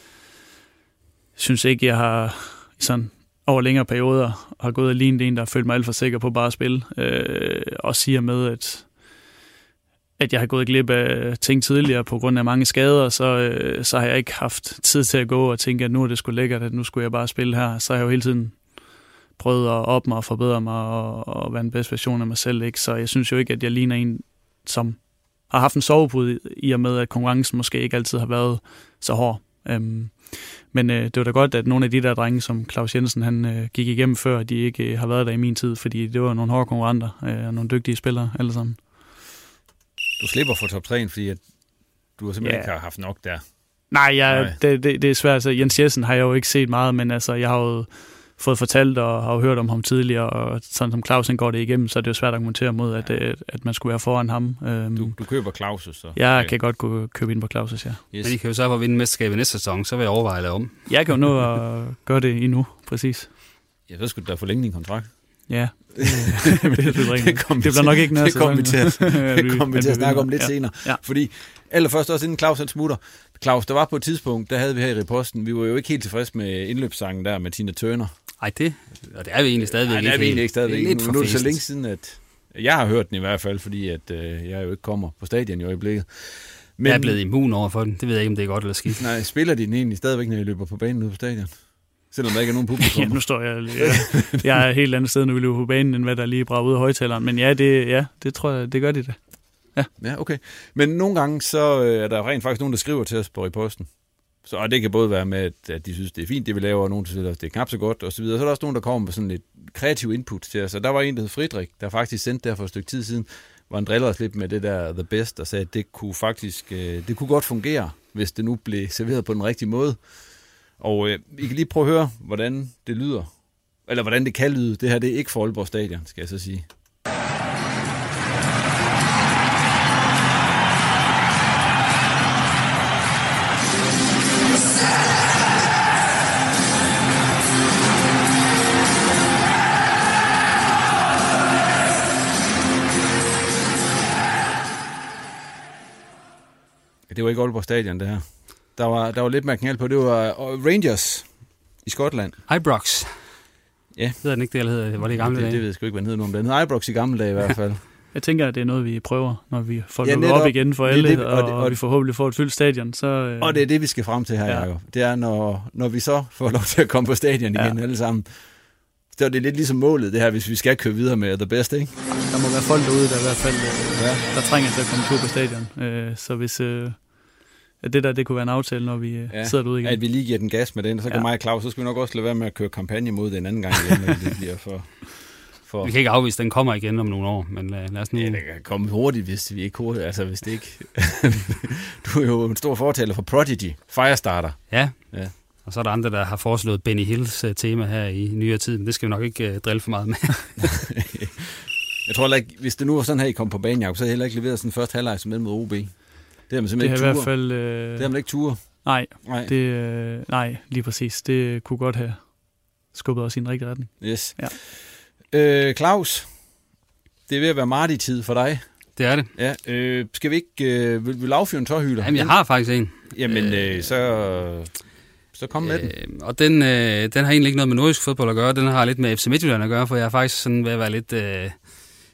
synes ikke, jeg har sådan over længere perioder har gået og lignet en, der har følt mig alt for sikker på bare at spille. Øh, og siger med, at, at jeg har gået glip af ting tidligere på grund af mange skader, så, øh, så har jeg ikke haft tid til at gå og tænke, at nu er det sgu lækkert, at nu skulle jeg bare spille her. Så har jeg jo hele tiden prøvet at op mig og forbedre mig og, og være en bedste version af mig selv. Ikke? Så jeg synes jo ikke, at jeg ligner en, som har haft en sovepude i og med, at konkurrencen måske ikke altid har været så hård. Øhm, men øh, det var da godt, at nogle af de der drenge, som Claus Jensen han øh, gik igennem før, de ikke øh, har været der i min tid, fordi det var nogle hårde konkurrenter øh, og nogle dygtige spillere alle sammen. Du slipper for top tre, fordi at du har simpelthen ja. ikke har haft nok der. Nej, jeg, Nej. Det, det, det er svært. Altså, Jens Jessen har jeg jo ikke set meget, men altså, jeg har jo fået fortalt og har jo hørt om ham tidligere, og sådan som Clausen går det igennem, så er det jo svært at argumentere mod, at, ja. at man skulle være foran ham. Du, du køber Clauses, så? Jeg okay. kan godt gå, købe ind på Clauses, ja. Yes. Men I kan jo så for at vinde mesterskabet næste sæson, så vil jeg overveje at lave om. Jeg kan jo nå at gøre det endnu, præcis. Ja, så skulle du da forlænge din kontrakt. Ja, det, det, det, det, det, det bliver nok ikke næste sæson. Det kommer vi til at snakke om lidt ja. senere. Ja. Fordi allerførst også inden Claus han smutter. Claus, der var på et tidspunkt, der havde vi her i Reposten, vi var jo ikke helt tilfredse med indløbssangen der med Tina Turner. Ej, det, og det er vi egentlig stadigvæk ikke. Nej, det er vi egentlig ikke stadigvæk. Lidt nu, nu er det så længe siden, at jeg har hørt den i hvert fald, fordi at, øh, jeg jo ikke kommer på stadion i øjeblikket. Men jeg er blevet immun over for den. Det ved jeg ikke, om det er godt eller skidt. Nej, spiller de den egentlig stadigvæk, når I løber på banen ude på stadion? Selvom der ikke er nogen publikum. Ja, nu står jeg... Jeg, jeg er et helt andet sted, når vi løber på banen, end hvad der lige brager ud af højtaleren. Men ja, det, ja, det tror jeg, det gør de da. Ja. Ja, okay. Men nogle gange, så er der rent faktisk nogen, der skriver til os på Reposten. Så, og det kan både være med, at, at de synes, det er fint, det vi laver, og nogen synes, at det er knap så godt, og så videre. Så er der også nogen, der kommer med sådan lidt kreativ input til os. Og der var en, der hed Friedrich, der faktisk sendte der for et stykke tid siden, hvor han drillede os lidt med det der The Best, og sagde, at det kunne faktisk, det kunne godt fungere, hvis det nu blev serveret på den rigtige måde. Og øh, I kan lige prøve at høre, hvordan det lyder. Eller hvordan det kan lyde. Det her, det er ikke for Aalborg Stadion, skal jeg så sige. Det var ikke Aalborg Stadion, det her. Der var, der var lidt mere knald på. Det var Rangers i Skotland. Ibrox. Ja. Hedder den ikke det, eller hedder det? Var det i gamle det, dage? Det ved jeg sgu ikke, hvad den hedder nu. Den hedder Ibrox i gamle dage i hvert fald. Jeg tænker, at det er noget, vi prøver, når vi får ja, lukket op igen for alle, det, det, og, og, det, og vi forhåbentlig får et fyldt stadion. Så, øh... Og det er det, vi skal frem til her, ja. Jacob. Det er, når, når vi så får lov til at komme på stadion igen ja. alle sammen. Så er det lidt ligesom målet, det her, hvis vi skal køre videre med The Best, ikke? Der må være folk derude, der i hvert fald øh, ja. der trænger til at komme tur på stadion. Øh, så hvis... Øh, at det der, det kunne være en aftale, når vi ja, sidder derude igen. At vi lige giver den gas med den, og så kan ja. mig og Claus, så skal vi nok også lade være med at køre kampagne mod det en anden gang igen, når det bliver for, for... Vi kan ikke afvise, at den kommer igen om nogle år, men lad, lad os nu... Ja, det kan komme hurtigt, hvis vi ikke hurtigt, altså hvis det ikke... Du er jo en stor fortaler for Prodigy, Firestarter. Ja. ja, og så er der andre, der har foreslået Benny Hills uh, tema her i nyere tid, men det skal vi nok ikke uh, drille for meget med. Jeg tror ikke, hvis det nu var sådan her, I kom på banen, Jacob, så havde jeg heller ikke leveret sådan første halvleg som med mod O B. Det har man simpelthen det ikke i hvert fald, øh... det har man ikke ture. Nej, nej. Det, øh... nej, lige præcis. Det kunne godt have skubbet os i en rigtig retning. Yes. Ja. Øh, Claus, det er ved at være Marty-tid for dig. Det er det. Ja, øh, skal vi ikke... Øh, vil, vil affyre en tårhylder? Jamen, jeg har faktisk en. Jamen, øh, så... Så kom med øh, den. Og den, øh, den har egentlig ikke noget med nordisk fodbold at gøre. Den har lidt med F C Midtjylland at gøre, for jeg er faktisk sådan ved at være lidt... Øh,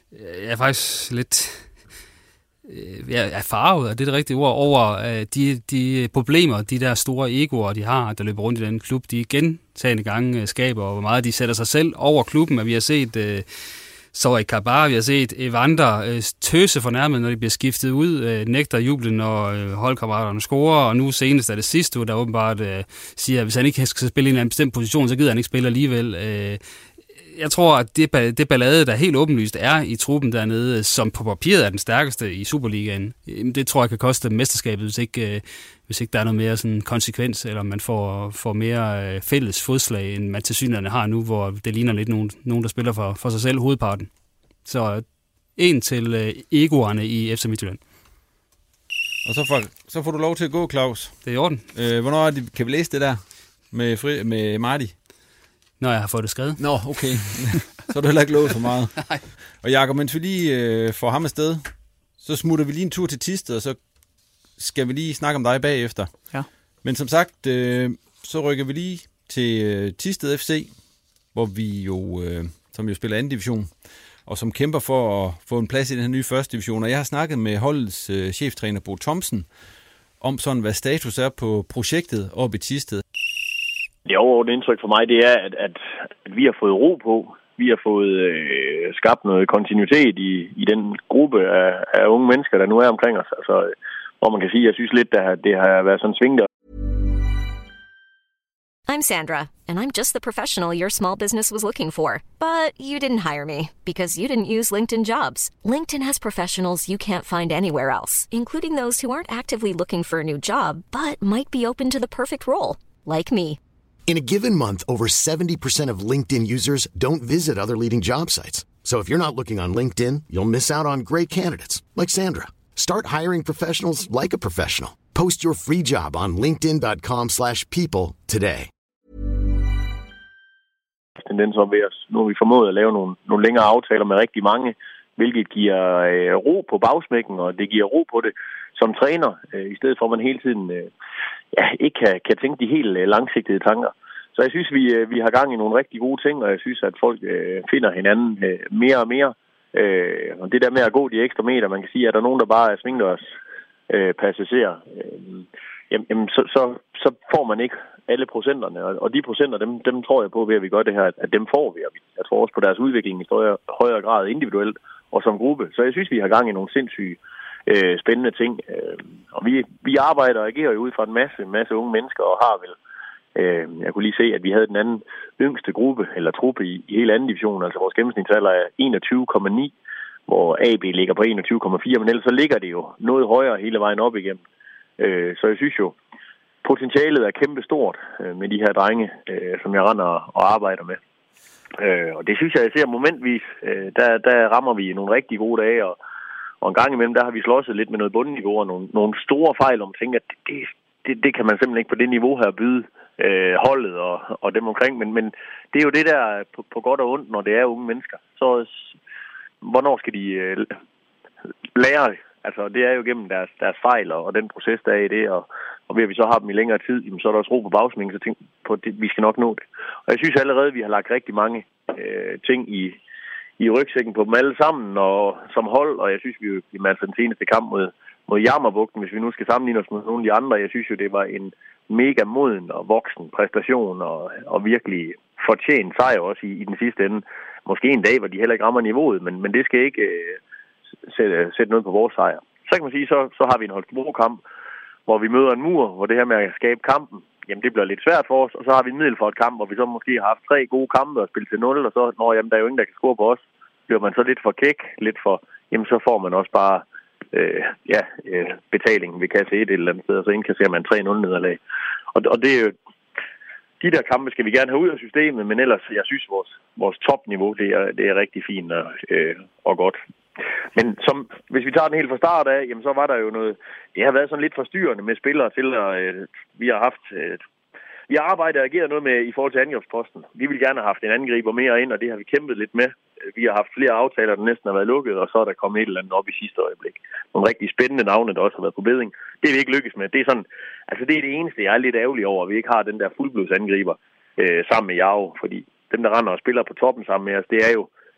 Jeg er faktisk lidt jeg er farvet, og det er det rigtige ord, over de, de problemer, de der store egoer, de har, der løber rundt i den klub, de gentagende gange skaber, og hvor meget de sætter sig selv over klubben, at vi har set uh, Zoe Kabar, vi har set Evander uh, tøse fornærmet, når de bliver skiftet ud, uh, nægter jublen, når uh, holdkammeraterne scorer, og nu senest er det sidste, der åbenbart uh, siger, at hvis han ikke skal spille i en bestemt position, så gider han ikke spille alligevel. Uh, Jeg tror, at det, det ballade, der helt åbenlyst er i truppen dernede, som på papiret er den stærkeste i Superligaen, det tror jeg kan koste mesterskabet, hvis ikke, hvis ikke der er noget mere sådan konsekvens, eller man får, får mere fælles fodslag, end man tilsyneladende har nu, hvor det ligner lidt nogen, nogen der spiller for, for sig selv hovedparten. Så en til egoerne i F C Midtjylland. Og så får, så får du lov til at gå, Claus. Det er i orden. Øh, hvornår er det, kan vi læse det der med, fri, med Marty? Når jeg har fået det skrevet. Nå, okay. Så er du heller ikke lovet for meget. Og Jakob, mens vi lige øh, får ham afsted, så smutter vi lige en tur til Thisted, og så skal vi lige snakke om dig bagefter. Ja. Men som sagt, øh, så rykker vi lige til øh, Thisted F C, hvor vi jo, øh, som jo spiller anden division, og som kæmper for at få en plads i den her nye første division. Og jeg har snakket med holdets øh, cheftræner Bo Thomsen om sådan, hvad status er på projektet oppe i Thisted. Det overordnede indtryk for mig, det er, at, at, at vi har fået ro på. Vi har fået øh, skabt noget kontinuitet i, i den gruppe af, af unge mennesker, der nu er omkring os. Altså, hvor man kan sige, at jeg synes lidt, at det har været sådan svingende. I'm Sandra, and I'm just the professional your small business was looking for. But you didn't hire me because you didn't use LinkedIn Jobs. LinkedIn has professionals you can't find anywhere else, including those who aren't actively looking for a new job, but might be open to the perfect role, like me. In a given month, over seventy percent of LinkedIn users don't visit other leading job sites. So if you're not looking on LinkedIn, you'll miss out on great candidates like Sandra. Start hiring professionals like a professional. Post your free job on linkedin dot com slash people today. Den så ved os. Nu har vi formået at lave nogle, nogle længere aftaler med rigtig mange, hvilket giver øh, ro på bagsmækken, og det giver ro på det som træner, øh, i stedet for at man hele tiden øh, ja, ikke kan, kan tænke de helt øh, langsigtede tanker. Så jeg synes, vi, øh, vi har gang i nogle rigtig gode ting, og jeg synes, at folk øh, finder hinanden øh, mere og mere. Øh, og det der med at gå de ekstra meter, man kan sige, at der er nogen, der bare er svingdørs øh, passagerer, øh, jamen, så, så, så får man ikke alle procenterne, og de procenter, dem, dem tror jeg på ved, at vi gør det her, at dem får vi, og jeg tror også på deres udvikling i højere, højere grad individuelt og som gruppe. Så jeg synes, vi har gang i nogle sindssyge øh, spændende ting, øh, og vi, vi arbejder og agerer jo ud fra en masse, masse unge mennesker, og har vel, øh, jeg kunne lige se, at vi havde den anden yngste gruppe, eller truppe i, i hele anden division, altså vores gennemsnitsalder er enogtyve komma ni, hvor A B ligger på enogtyve komma fire, men ellers så ligger det jo noget højere hele vejen op igennem. Øh, så jeg synes jo, potentialet er kæmpe stort øh, med de her drenge, øh, som jeg render og arbejder med. Øh, og det synes jeg, jeg ser momentvis. Øh, der, der rammer vi nogle rigtig gode dage, og, og en gang imellem, der har vi slåsset lidt med noget bundniveau og nogle, nogle store fejl, om tænker, at det, det, det kan man simpelthen ikke på det niveau her byde øh, holdet og, og dem omkring. Men, men det er jo det der på, på godt og ondt, når det er unge mennesker. Så hvornår skal de øh, lære det? Altså, det er jo gennem deres, deres fejl og, og den proces, der er i det, og, og ved at vi så har dem i længere tid, jamen, så er der også ro på bagsmængen, så tænk på, at vi skal nok nå det. Og jeg synes allerede, at vi har lagt rigtig mange øh, ting i, i rygsækken på dem alle sammen, og som hold, og jeg synes, vi jo i altså den seneste kamp mod, mod Jammerbugten, hvis vi nu skal sammenligne os med nogle af de andre, jeg synes jo, det var en mega moden og voksen præstation, og, og virkelig fortjent sejr også i, i den sidste ende. Måske en dag, hvor de heller ikke rammer niveauet, men, men det skal ikke øh, sætte, sætte noget på vores sejr. Så kan man sige, så, så har vi en Holstebro-kamp, hvor vi møder en mur, hvor det her med at skabe kampen, jamen det bliver lidt svært for os, og så har vi en Middelfart-kamp, hvor vi så måske har haft tre gode kampe og spillet til nul, og så, når jamen, der er jo ingen, der kan score på os, bliver man så lidt for kæk, lidt for, jamen så får man også bare øh, ja, øh, betalingen ved kasse et eller andet sted, og så indkasserer man tre nul nederlag. Og, og det er jo, de der kampe skal vi gerne have ud af systemet, men ellers, jeg synes, vores, vores topniveau, det er, det er rigtig fint og, øh, og godt. Men som, hvis vi tager den helt fra start af, jamen så var der jo noget, det har været sådan lidt forstyrrende med spillere til, og øh, vi har haft, øh, vi har arbejdet og ageret noget med i forhold til angrebsposten. Vi ville gerne have haft en angriber mere ind, og det har vi kæmpet lidt med. Vi har haft flere aftaler, der næsten har været lukket, og så er der kommet et eller andet op i sidste øjeblik. Nogle rigtig spændende navne, der også har været på bedring. Det er vi ikke lykkes med. Det er sådan, altså det er det eneste, jeg er lidt ærgerlig over, at vi ikke har den der fuldblodsangriber øh, sammen med Jao, fordi dem, der render og spiller på toppen sammen med os, det er jo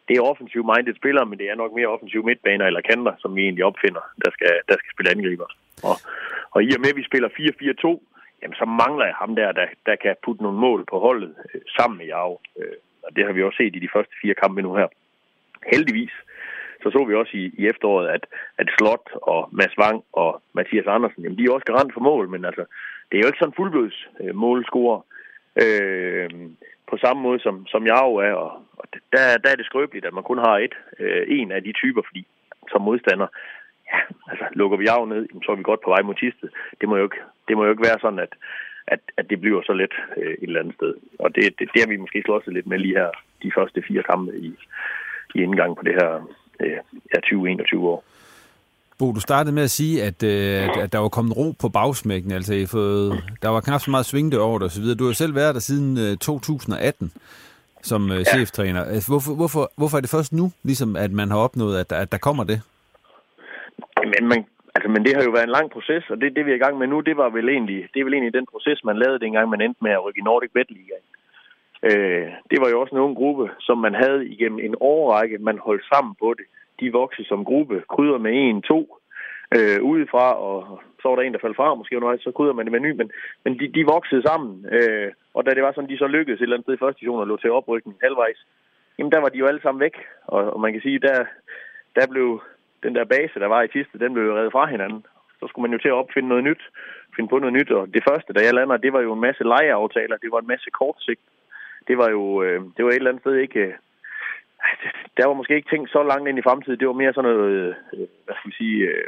det er offensiv-minded spillere, men det er nok mere offensiv midtbaner eller kanter, som vi egentlig opfinder, der skal, der skal spille angriber. Og, og i og med, at vi spiller fire fire to, jamen så mangler jeg ham der, der, der kan putte nogle mål på holdet øh, sammen med Jao. Øh, og det har vi også set i de første fire kampe nu her. Heldigvis, så så vi også i, i efteråret, at, at Slot og Mads Wang og Mathias Andersen, jamen de er også garant for mål, men altså, det er jo ikke sådan fuldblods øh, målscorer øh, på samme måde som, som Jao er. Og, og der, der er det skrøbeligt, at man kun har et, øh, en af de typer, fordi som modstander, ja, altså lukker vi Jao ned, så er vi godt på vej mod Thisted. Det må jo ikke, det må jo ikke være sådan, at, at, at det bliver så let øh, et eller andet sted. Og det, det, det har vi måske slået lidt med lige her, de første fire kampe i, i indgang på det her øh, ja, tyve enogtyve år. Bo, du startede med at sige, at, øh, at der var kommet ro på bagsmækken. Altså, I fået, der var knap så meget svingte over det osv. Du har jo selv været der siden øh, to tusind atten som øh, ja. cheftræner. Altså, hvorfor, hvorfor, hvorfor er det først nu, ligesom, at man har opnået, at der, at der kommer det? Men, man, altså, men det har jo været en lang proces, og det, det vi er i gang med nu, det var vel egentlig, det er vel egentlig den proces, man lavede dengang, man endte med at rykke i Nordic Bet Ligaen. Øh, det var jo også en ung gruppe, som man havde igennem en årrække, man holdt sammen på det. De voksede som gruppe, krydder med en, to øh, udefra, og så var der en, der faldt fra, måske undervejs, så krydder man det med ny, men, men de, de voksede sammen, øh, og da det var sådan, de så lykkedes et eller andet sted i første division og lå til oprykning halvvejs, jamen der var de jo alle sammen væk, og, og man kan sige, der, der blev den der base, der var i Thisted, den blev jo reddet fra hinanden. Så skulle man jo til at opfinde noget nyt, finde på noget nyt, og det første, da jeg lander, det var jo en masse lejeaftaler, det var en masse kortsigt. Det var jo, øh, det var et eller andet sted ikke, øh, der var måske ikke tænkt så langt ind i fremtiden, det var mere sådan noget, øh, hvad skal vi sige, øh,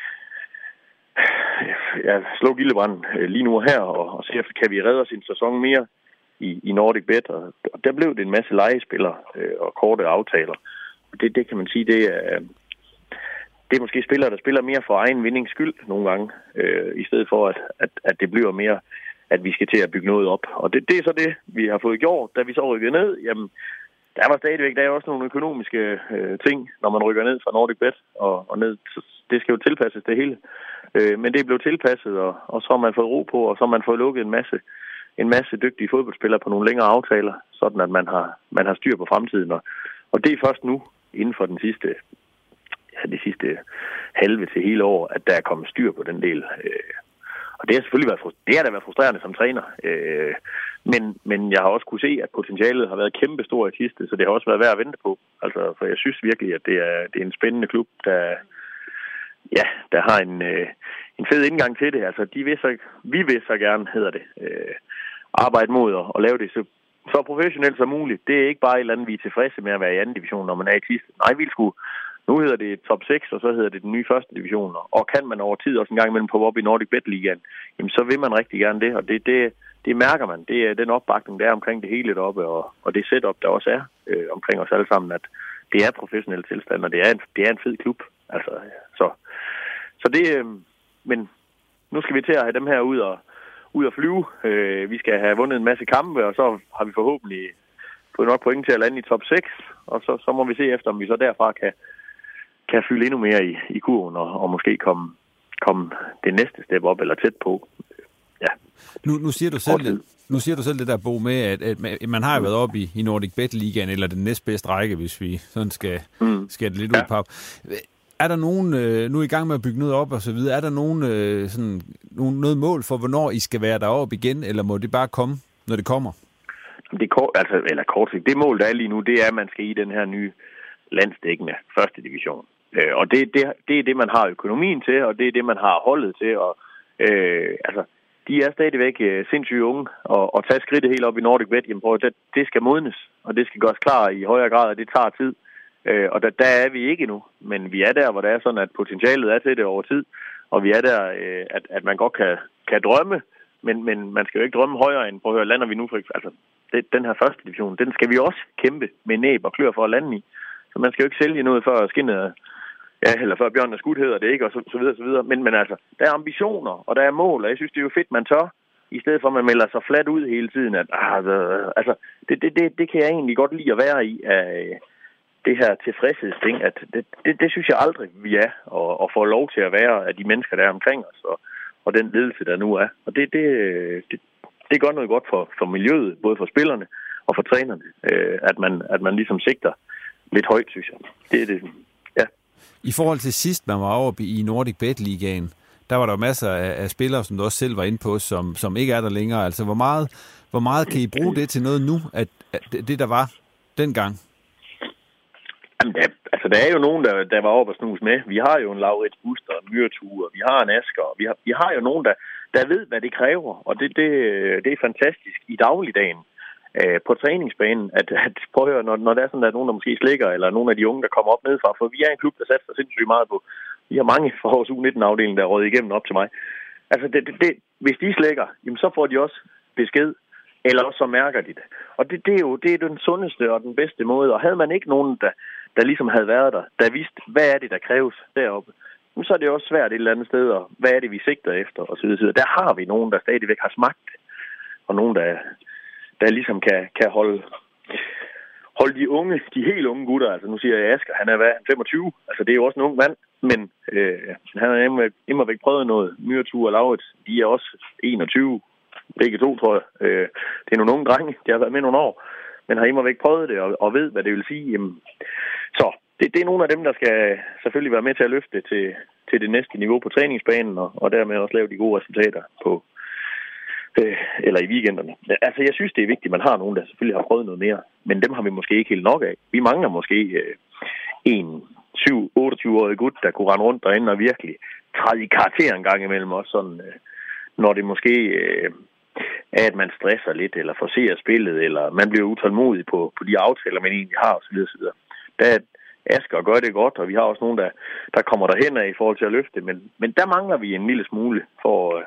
ja, slå Gildebrand øh, lige nu her, og, og se efter, kan vi redde os en sæson mere i, i Nordic Bet, og, og der blev det en masse lejespillere øh, og korte aftaler. Det, det kan man sige, det er... Det er måske spillere, der spiller mere for egen vindings skyld nogle gange, øh, i stedet for, at, at, at det bliver mere, at vi skal til at bygge noget op. Og det, det er så det, vi har fået gjort, da vi så rykker ned. Jamen, der var stadigvæk, der er også nogle økonomiske øh, ting, når man rykker ned fra Nordic Bet og, og ned. Så det skal jo tilpasses det hele. Øh, men det er blevet tilpasset, og, og så har man fået ro på, og så har man fået lukket en masse, en masse dygtige fodboldspillere på nogle længere aftaler, sådan at man har, man har styr på fremtiden. Og, og det er først nu, inden for den sidste... det sidste halve til hele år, at der er kommet styr på den del. Og det har selvfølgelig været, det har da været frustrerende som træner. Men, men jeg har også kunne se, at potentialet har været kæmpestort i Thisted, så det har også været værd at vente på. Altså, for jeg synes virkelig, at det er, det er en spændende klub, der, ja, der har en, en fed indgang til det. Altså, de vil så, vi vil så gerne, hedder det, arbejde mod at, at lave det så, så professionelt som muligt. Det er ikke bare et eller andet, vi er tilfredse med at være i anden division, når man er i Thisted. Nej, vi skulle Nu hedder det top seks, og så hedder det den nye første division. Og kan man over tid også en gang imellem på op i Nordic Bet Ligaen, jamen så vil man rigtig gerne det. Og det, det, det mærker man. Det er den opbakning, der er omkring det hele deroppe, og, og det setup, der også er øh, omkring os alle sammen, at det er professionel tilstand, og det er en, det er en fed klub. Altså, så, så det, øh, men nu skal vi til at have dem her ud og, ud og flyve. Øh, vi skal have vundet en masse kampe, og så har vi forhåbentlig fået nok point til at lande i top seks, og så, så må vi se efter, om vi så derfra kan kan fylde endnu mere i, i kurven, og, og måske komme, komme det næste step op, eller tæt på. Ja. Nu, nu, siger du selv det, nu siger du selv det der, Bo, med, at, at man har jo været oppe i, i Nordic Bet Ligaen, eller den næstbedste række, hvis vi sådan skal mm. skære det lidt ja. ud på. Er der nogen, øh, nu er I gang med at bygge noget op og så videre, er der nogen, øh, sådan, nogen, noget mål for, hvornår I skal være deroppe igen, eller må det bare komme, når det kommer? Det er kort, altså, eller kort sigt. Det mål, der er lige nu, det er, at man skal i den her nye landsdækkende første division. Øh, og det, det, det er det, man har økonomien til, og det er det, man har holdet til. Og, øh, altså, de er stadigvæk øh, sindssygt unge, og, og tage skridtet helt op i Nordic Bet, jamen, prøv, det, det skal modnes, og det skal gøres klar i højere grad, og det tager tid. Øh, og der, der er vi ikke nu, men vi er der, hvor det er sådan, at potentialet er til det over tid, og vi er der, øh, at, at man godt kan, kan drømme, men, men man skal jo ikke drømme højere end, prøv at høre, lander vi nu for altså, det, den her første division, den skal vi også kæmpe med næb og klør for at lande i. Så man skal jo ikke sælge noget før skinnet, ja, eller før bjørnen er skudt, hedder det ikke, og så, så videre, så videre. Men, men altså, der er ambitioner, og der er mål, og jeg synes, det er jo fedt, man tør, i stedet for, at man melder sig flat ud hele tiden, at altså, altså det, det, det, det kan jeg egentlig godt lide at være i, af det her tilfredshedsting, at det, det, det synes jeg aldrig, vi er, og, og får lov til at være af de mennesker, der er omkring os, og, og den ledelse, der nu er. Og det, det, det, det gør noget godt for, for miljøet, både for spillerne og for trænerne, øh, at, man, at man ligesom sigter lidt højt, synes jeg. Det er det, ja. I forhold til sidst, man var oppe i Nordic Bet Ligaen, der var der masser af, af spillere, som du også selv var inde på, som, som ikke er der længere. Altså, hvor meget, hvor meget kan I bruge det til noget nu, at, at det, der var dengang? Jamen, der, altså, der er jo nogen, der, der var oppe og snus med. Vi har jo en Laurits Buster, en Myreture, vi har en Asger, vi har, vi har jo nogen, der, der ved, hvad det kræver, og det, det, det er fantastisk i dagligdagen øh, på træningsbanen, at, at prøv at høre, når, når der er sådan, der er nogen, der måske slikker, eller nogle af de unge, der kommer op nedefra, for vi er en klub, der satser sindssygt meget på. Vi har mange fra vores U nitten-afdeling, der er røget igennem op til mig. Altså, det, det, det, hvis de slikker, jamen, så får de også besked, eller også så mærker de det. Og det, det er jo det er den sundeste og den bedste måde, og havde man ikke nogen, der der ligesom havde været der, der vidste, hvad er det, der kræves deroppe, så er det også svært et eller andet sted, og hvad er det, vi sigter efter, og så videre. Der har vi nogen, der stadigvæk har smagt, og nogen, der, der ligesom kan, kan holde, holde de unge, de helt unge gutter, altså nu siger jeg Asger, han er hvad, femogtyve, altså det er jo også en ung mand, men øh, han har immer væk prøvet noget. Myreture og Laurits, de er også enogtyve, begge to, tror jeg. Øh, det er nogle unge drenge, de har været med nogle år, men har immer væk prøvet det, og, og ved, hvad det vil sige. Jamen, så det, det er nogle af dem, der skal selvfølgelig være med til at løfte det til, til det næste niveau på træningsbanen, og, og dermed også lave de gode resultater på øh, eller i weekenderne. Altså, jeg synes, det er vigtigt, at man har nogen, der selvfølgelig har prøvet noget mere, men dem har vi måske ikke helt nok af. Vi mangler måske øh, en syv otteogtyve-årig gut, der kunne rende rundt derinde og virkelig træde i karakter en gang imellem også, sådan, øh, når det måske øh, er, at man stresser lidt, eller forser spillet, eller man bliver utålmodig på, på de aftaler, man egentlig har, osv. osv. Der Asger gør det godt, og vi har også nogen, der, der kommer derhen af i forhold til at løfte, men, men der mangler vi en lille smule for, øh,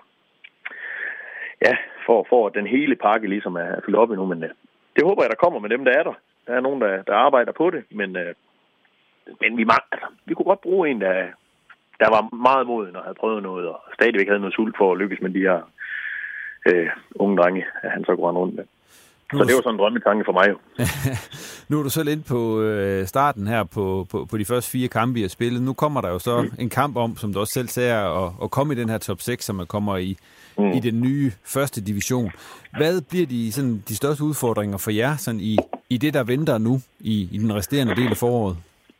ja, for, for at den hele pakke ligesom er fyldt op endnu, men øh, det håber jeg, der kommer med dem, der er der. Der er nogen, der, der arbejder på det, men, øh, men vi, altså, vi kunne godt bruge en, der, der var meget moden og havde prøvet noget, og stadigvæk havde noget sult for at lykkes med de her øh, unge drenge, at han så kunne rende rundt med. Så det var sådan en drømmetanke for mig jo. Nu er du selv ind på øh, starten her på, på, på de første fire kampe, I har spillet. Nu kommer der jo så mm. en kamp om, som du også selv sagde, at, at komme i den her top seks, som kommer i, mm. i den nye første division. Hvad bliver de, sådan, de største udfordringer for jer sådan i, i det, der venter nu i, i den resterende del af foråret?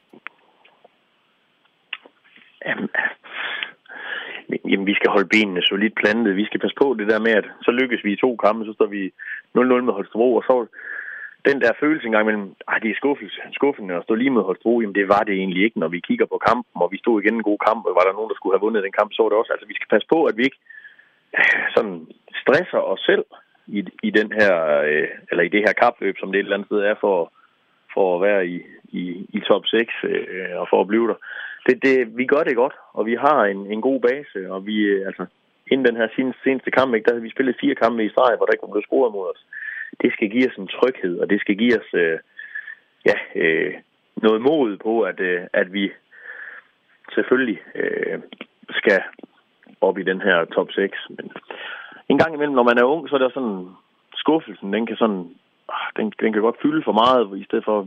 Jamen, jamen, vi skal holde benene solidt plantet. Vi skal passe på det der med, at så lykkes vi i to kampe, så står vi nul nul med Holstebro, og så den der følelse engang mellem, ah, det er skuffelse, skuffende at stå lige med Holstebro, jamen det var det egentlig ikke, når vi kigger på kampen, og vi stod igen en god kamp, og var der nogen, der skulle have vundet den kamp, så var det også. Altså, vi skal passe på, at vi ikke sådan stresser os selv i, i den her, øh, eller i det her kapløb, som det et eller andet sted er for, for at være i, i, i top seks, øh, og for at blive der. Det, det, vi gør det godt, og vi har en, en god base, og vi, altså, inden den her seneste kamp, ikke, der havde vi spillet fire kampe i streg, hvor der ikke blev scoret mod os. Det skal give os en tryghed, og det skal give os øh, ja, øh, noget mod på, at, øh, at vi selvfølgelig øh, skal op i den her top seks. Men en gang imellem, når man er ung, så er der sådan, skuffelsen, den kan sådan, den, den kan godt fylde for meget, i stedet for,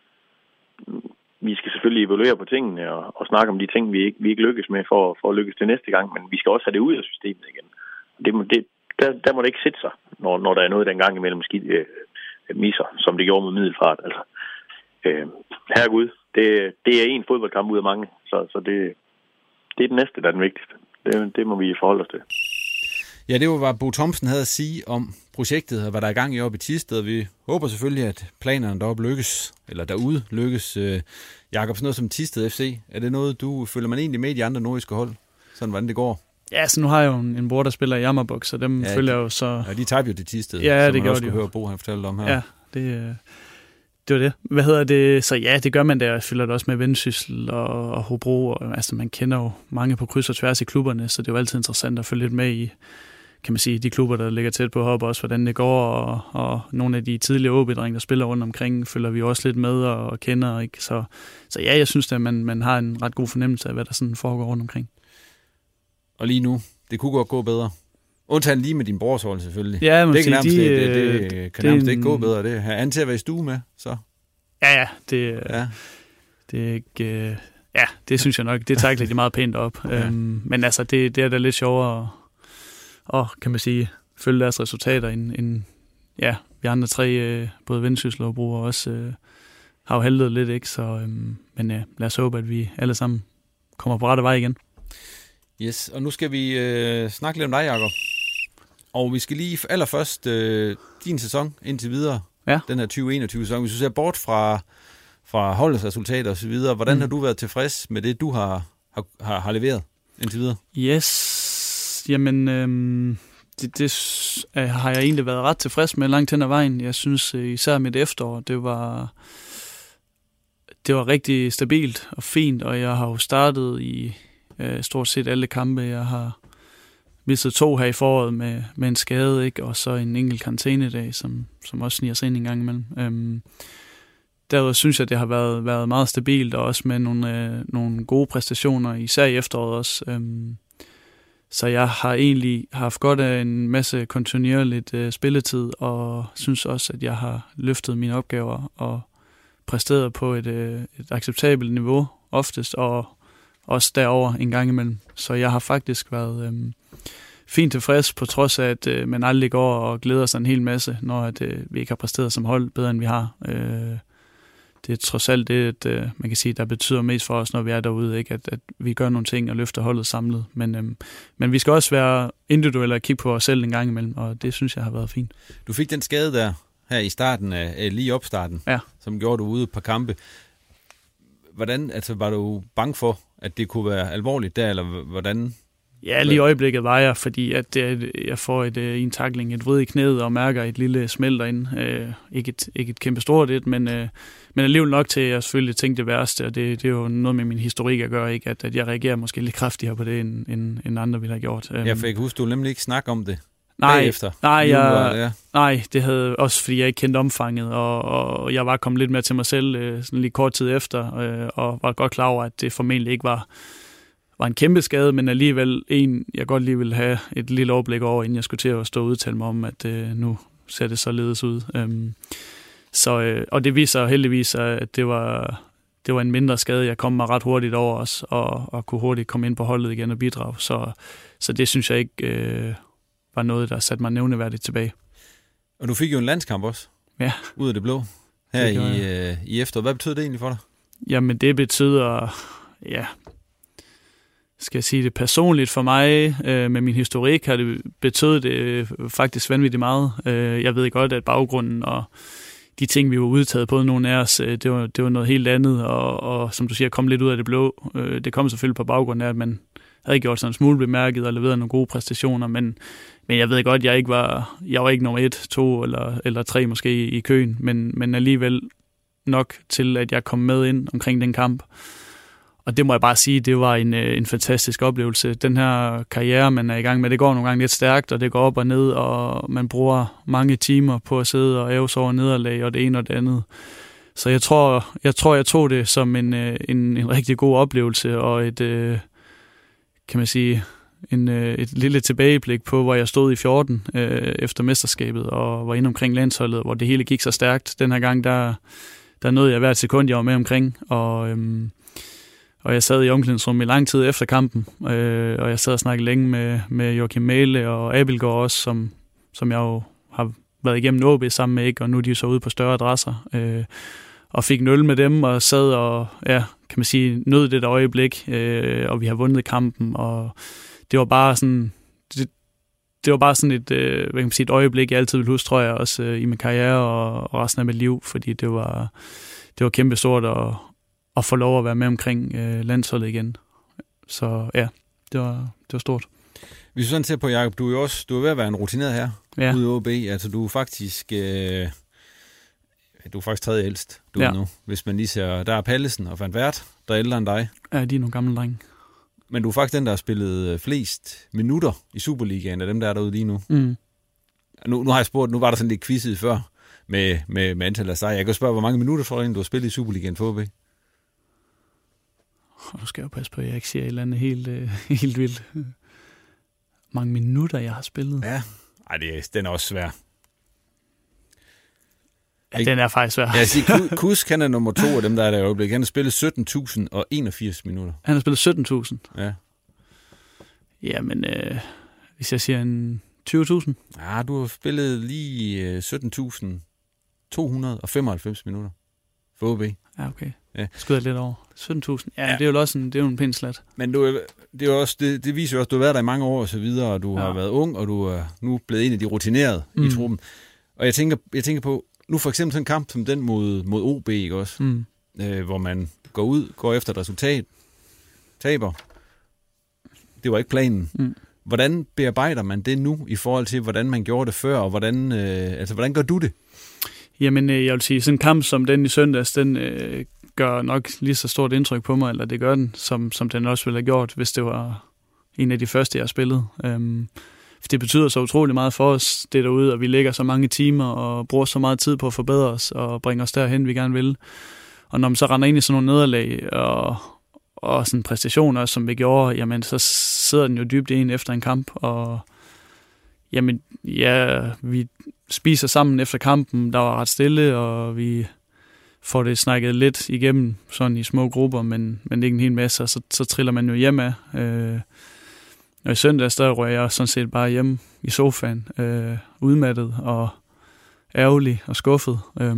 vi skal selvfølgelig evaluere på tingene og, og snakke om de ting, vi ikke, vi ikke lykkes med for, for at lykkes til næste gang, men vi skal også have det ud af systemet igen. Det må, det, der, der må det ikke sætte sig, når, når der er noget, der en gang imellem skidt øh, misser, som det gjorde med Middelfart. Altså, øh, herregud, det, det er en fodboldkamp ud af mange, så, så det, det er den næste, der er den vigtigste. Det, det må vi forholde os til. Ja, det var, hvad Bo Thomsen havde at sige om projektet, og hvad der er i gang i oppe i Thisted. Vi håber selvfølgelig, at planerne deroppe lykkes, eller derude lykkes. Øh, Jakob, sådan noget som Thisted F C, er det noget, du følger man egentlig med i de andre nordiske hold? Sådan, hvordan det går? Ja, så nu har jeg jo en, en bror, der spiller i Jammerbugt, så dem ja, følger jeg jo så... Ja, de tabte jo til Thisted, ja, som det man også de kunne høre Bo have fortalt om her. Ja, det, det var det. Hvad hedder det? Så ja, det gør man der. Jeg følger det også med Vendsyssel og, og Hobro. Og, altså, man kender jo mange på kryds og tværs i klubberne, så det er jo altid interessant at følge lidt med i, kan man sige, de klubber, der ligger tæt på Hop, også hvordan det går, og, og nogle af de tidligere O B-drenge, der spiller rundt omkring, følger vi også lidt med og, og kender. Ikke? Så, så ja, jeg synes, at man, man har en ret god fornemmelse af, hvad der sådan foregår rundt omkring. Og lige nu, det kunne godt gå bedre. Undtagen lige med din brors hold, selvfølgelig. Ja, det kan sige, nærmest, de, det, det, det kan nærmest en... ikke gå bedre. Det er han til at være i stue med, så. Ja, ja, det, ja. det er ikke... Ja, det synes jeg nok, det tager lidt meget pænt op. Ja. Øhm, men altså, det, det er da lidt sjovere og kan man sige, følge deres resultater, end, end ja, vi andre tre, både Vendsyssel og Hobro, også øh, har jo heldet lidt, ikke? Så, øhm, men ja, lad os håbe, at vi alle sammen kommer på rette vej igen. Yes, og nu skal vi øh, snakke lidt om dig, Jacob. Og vi skal lige allerførst øh, din sæson indtil videre. Ja. Den her tyve enogtyve sæson. Hvis du ser bort fra, fra holdets resultater og så videre, hvordan mm. har du været tilfreds med det, du har, har, har leveret indtil videre? Yes, jamen øhm, det, det har jeg egentlig været ret tilfreds med langt hen ad vejen. Jeg synes især mit efterår, det var, det var rigtig stabilt og fint, og jeg har jo startet i øh, stort set alle kampe. Jeg har mistet to her i foråret med, med en skade, ikke? Og så en enkelt karantænedag, som, som også sniger sig ind en gang imellem. Øhm, derudover synes jeg, at det har været, været meget stabilt, og også med nogle, øh, nogle gode præstationer, især i efteråret også. Øhm, så jeg har egentlig haft godt af en masse kontinuerligt øh, spilletid, og synes også, at jeg har løftet mine opgaver og præsteret på et, øh, et acceptabelt niveau oftest, og også derover en gang imellem. Så jeg har faktisk været øhm, fint tilfreds, på trods af, at øh, man aldrig går og glæder sig en hel masse, når at, øh, vi ikke har præsteret som hold bedre, end vi har. Øh, det er trods alt det, at, øh, man kan sige, der betyder mest for os, når vi er derude, ikke? At, at vi gør nogle ting og løfter holdet samlet. Men, øhm, men vi skal også være individuelle og kigge på os selv en gang imellem, og det synes jeg har været fint. Du fik den skade der, her i starten af, lige opstarten, ja. Som gjorde du ude på kampe. Hvordan, altså var du bange for, at det kunne være alvorligt der, eller hvordan? Ja, lige i øjeblikket var jeg, fordi at det, jeg får et, en tackling, et vrid i knæet og mærker et lille smæld derinde. Øh, ikke, et, ikke et kæmpe stort et, men, øh, men alligevel nok til, at jeg selvfølgelig tænkte det værste, og det, det er jo noget med min historik at gøre, ikke? At, at jeg reagerer måske lidt kraftigere på det, end, end, end andre ville have gjort. Ja, for jeg kan huske, du nemlig ikke snakke om det. Nej, bagefter. Nej, jeg, ja. nej, det havde også, fordi jeg ikke kendte omfanget, og, og jeg var kommet lidt mere til mig selv øh, sådan lige kort tid efter, øh, og var godt klar over, at det formentlig ikke var, var en kæmpe skade, men alligevel en, jeg godt lige ville have et lille overblik over, inden jeg skulle til at stå og udtale mig om, at øh, nu ser det således ud. Øhm, så, øh, og det viser heldigvis, at det var, det var en mindre skade. Jeg kom mig ret hurtigt over os, og, og kunne hurtigt komme ind på holdet igen og bidrage. Så, så det synes jeg ikke øh, var noget, der satte mig nævneværdigt tilbage. Og du fik jo en landskamp også, ja. Ud af det blå, her det i, øh, i efteråret. Hvad betyder det egentlig for dig? Jamen det betyder, ja, skal jeg sige det personligt for mig, øh, med min historik har det betydet øh, faktisk vanvittigt meget. Øh, jeg ved godt, at baggrunden og de ting, vi var udtaget på, nogle af os, øh, det, var, det var noget helt andet, og, og som du siger, kom lidt ud af det blå. Øh, det kom selvfølgelig på baggrund af, at man havde gjort sådan en smule bemærket og leveret nogle gode præstationer, men, men jeg ved godt, at jeg ikke var, jeg var ikke nummer et, to eller, eller tre måske i, i køen, men, men alligevel nok til, at jeg kom med ind omkring den kamp. Og det må jeg bare sige, det var en, en fantastisk oplevelse. Den her karriere, man er i gang med, det går nogle gange lidt stærkt, og det går op og ned, og man bruger mange timer på at sidde og æve sig over nederlag, og det ene og det andet. Så jeg tror, jeg, tror, jeg tog det som en, en, en rigtig god oplevelse, og et, kan man sige, en, et lille tilbageblik på, hvor jeg stod i fjorten øh, efter mesterskabet, og var inde omkring landsholdet, hvor det hele gik så stærkt. Den her gang, der, der nåede jeg hvert sekund, jeg var med omkring, og... Øhm, Og jeg sad i omklædningsrummet i lang tid efter kampen, øh, og jeg sad og snakkede længe med, med Joachim Mæhle og Abelgaard også, som, som jeg jo har været igennem O B sammen med, ikke? Og nu er de så ude på større adresser. Øh, og fik en øl med dem, og sad og, ja, kan man sige, nød det der øjeblik, øh, og vi har vundet kampen, og det var bare sådan, det, det var bare sådan et, øh, hvad kan man sige, et øjeblik, jeg altid vil huske, tror jeg, også øh, i min karriere og, og resten af mit liv, fordi det var, det var kæmpe stort, og og få lov at være med omkring øh, landsholdet igen. Så ja, det var, det var stort. Hvis du sådan ser på, Jacob, du er jo også du er ved at være en rutineret her, ja. Ude i O B. Altså, du er faktisk øh, du er faktisk tredje ældst, du ja. Er nu. Hvis man lige ser, der er Pallesen og Van Wert, der er ældre end dig. Ja, de er nogle gamle drenge. Men du er faktisk den, der har spillet flest minutter i Superligaen af dem, der er derude lige nu. Mm. Nu, nu har jeg spurgt, nu var der sådan lidt quizzet før med, med, med antallet af sejre. Jeg kan spørge, hvor mange minutter tror du, du har spillet i Superligaen for O B? Nu skal jeg passe på, at jeg ikke siger et eller andet helt, øh, helt vildt. Mange minutter, jeg har spillet. Ja, ej, det er, den er også svær. Ja, den er faktisk svær. Jeg siger, Kusk, han er nummer to af dem, der er der i øjeblikket. Han har spillet sytten tusind og enogfirs minutter. Han har spillet sytten tusind? Ja. Jamen, øh, hvis jeg siger en tyve tusind? Ja, du har spillet lige sytten tusind to hundrede og femoghalvfems minutter for O B. Ja, okay. Ja. Skyder lidt over. sytten tusind. Ja, ja, det er jo også en, det er jo en pæn slat. Men du, det, er jo også, det, det viser jo også, at du har været der i mange år og så videre, og du ja. har været ung, og du er nu blevet en af de rutinerede mm. i truppen. Og jeg tænker, jeg tænker på, nu for eksempel sådan en kamp som den mod, mod O B, ikke også? Mm. Øh, hvor man går ud, går efter et resultat, taber. Det var ikke planen. Mm. Hvordan bearbejder man det nu, i forhold til, hvordan man gjorde det før, og hvordan, øh, altså, hvordan gør du det? Jamen, jeg vil sige, sådan en kamp som den i søndags, den øh, gør nok lige så stort indtryk på mig, eller det gør den, som, som den også ville have gjort, hvis det var en af de første, jeg har spillet. Øhm, det betyder så utrolig meget for os, det derude, og vi lægger så mange timer og bruger så meget tid på at forbedre os og bringe os derhen, vi gerne vil. Og når man så render ind i sådan nogle nederlag og, og sådan præstationer, som vi gjorde, jamen så sidder den jo dybt i en efter en kamp, og jamen ja, vi spiser sammen efter kampen, der var ret stille, og vi får det snakket lidt igennem sådan i små grupper, men, men ikke en hel masse, og så, så triller man jo hjem af. Øh, og i søndags, der røg jeg sådan set bare hjemme i sofaen, øh, udmattet og ærgerlig og skuffet. Øh,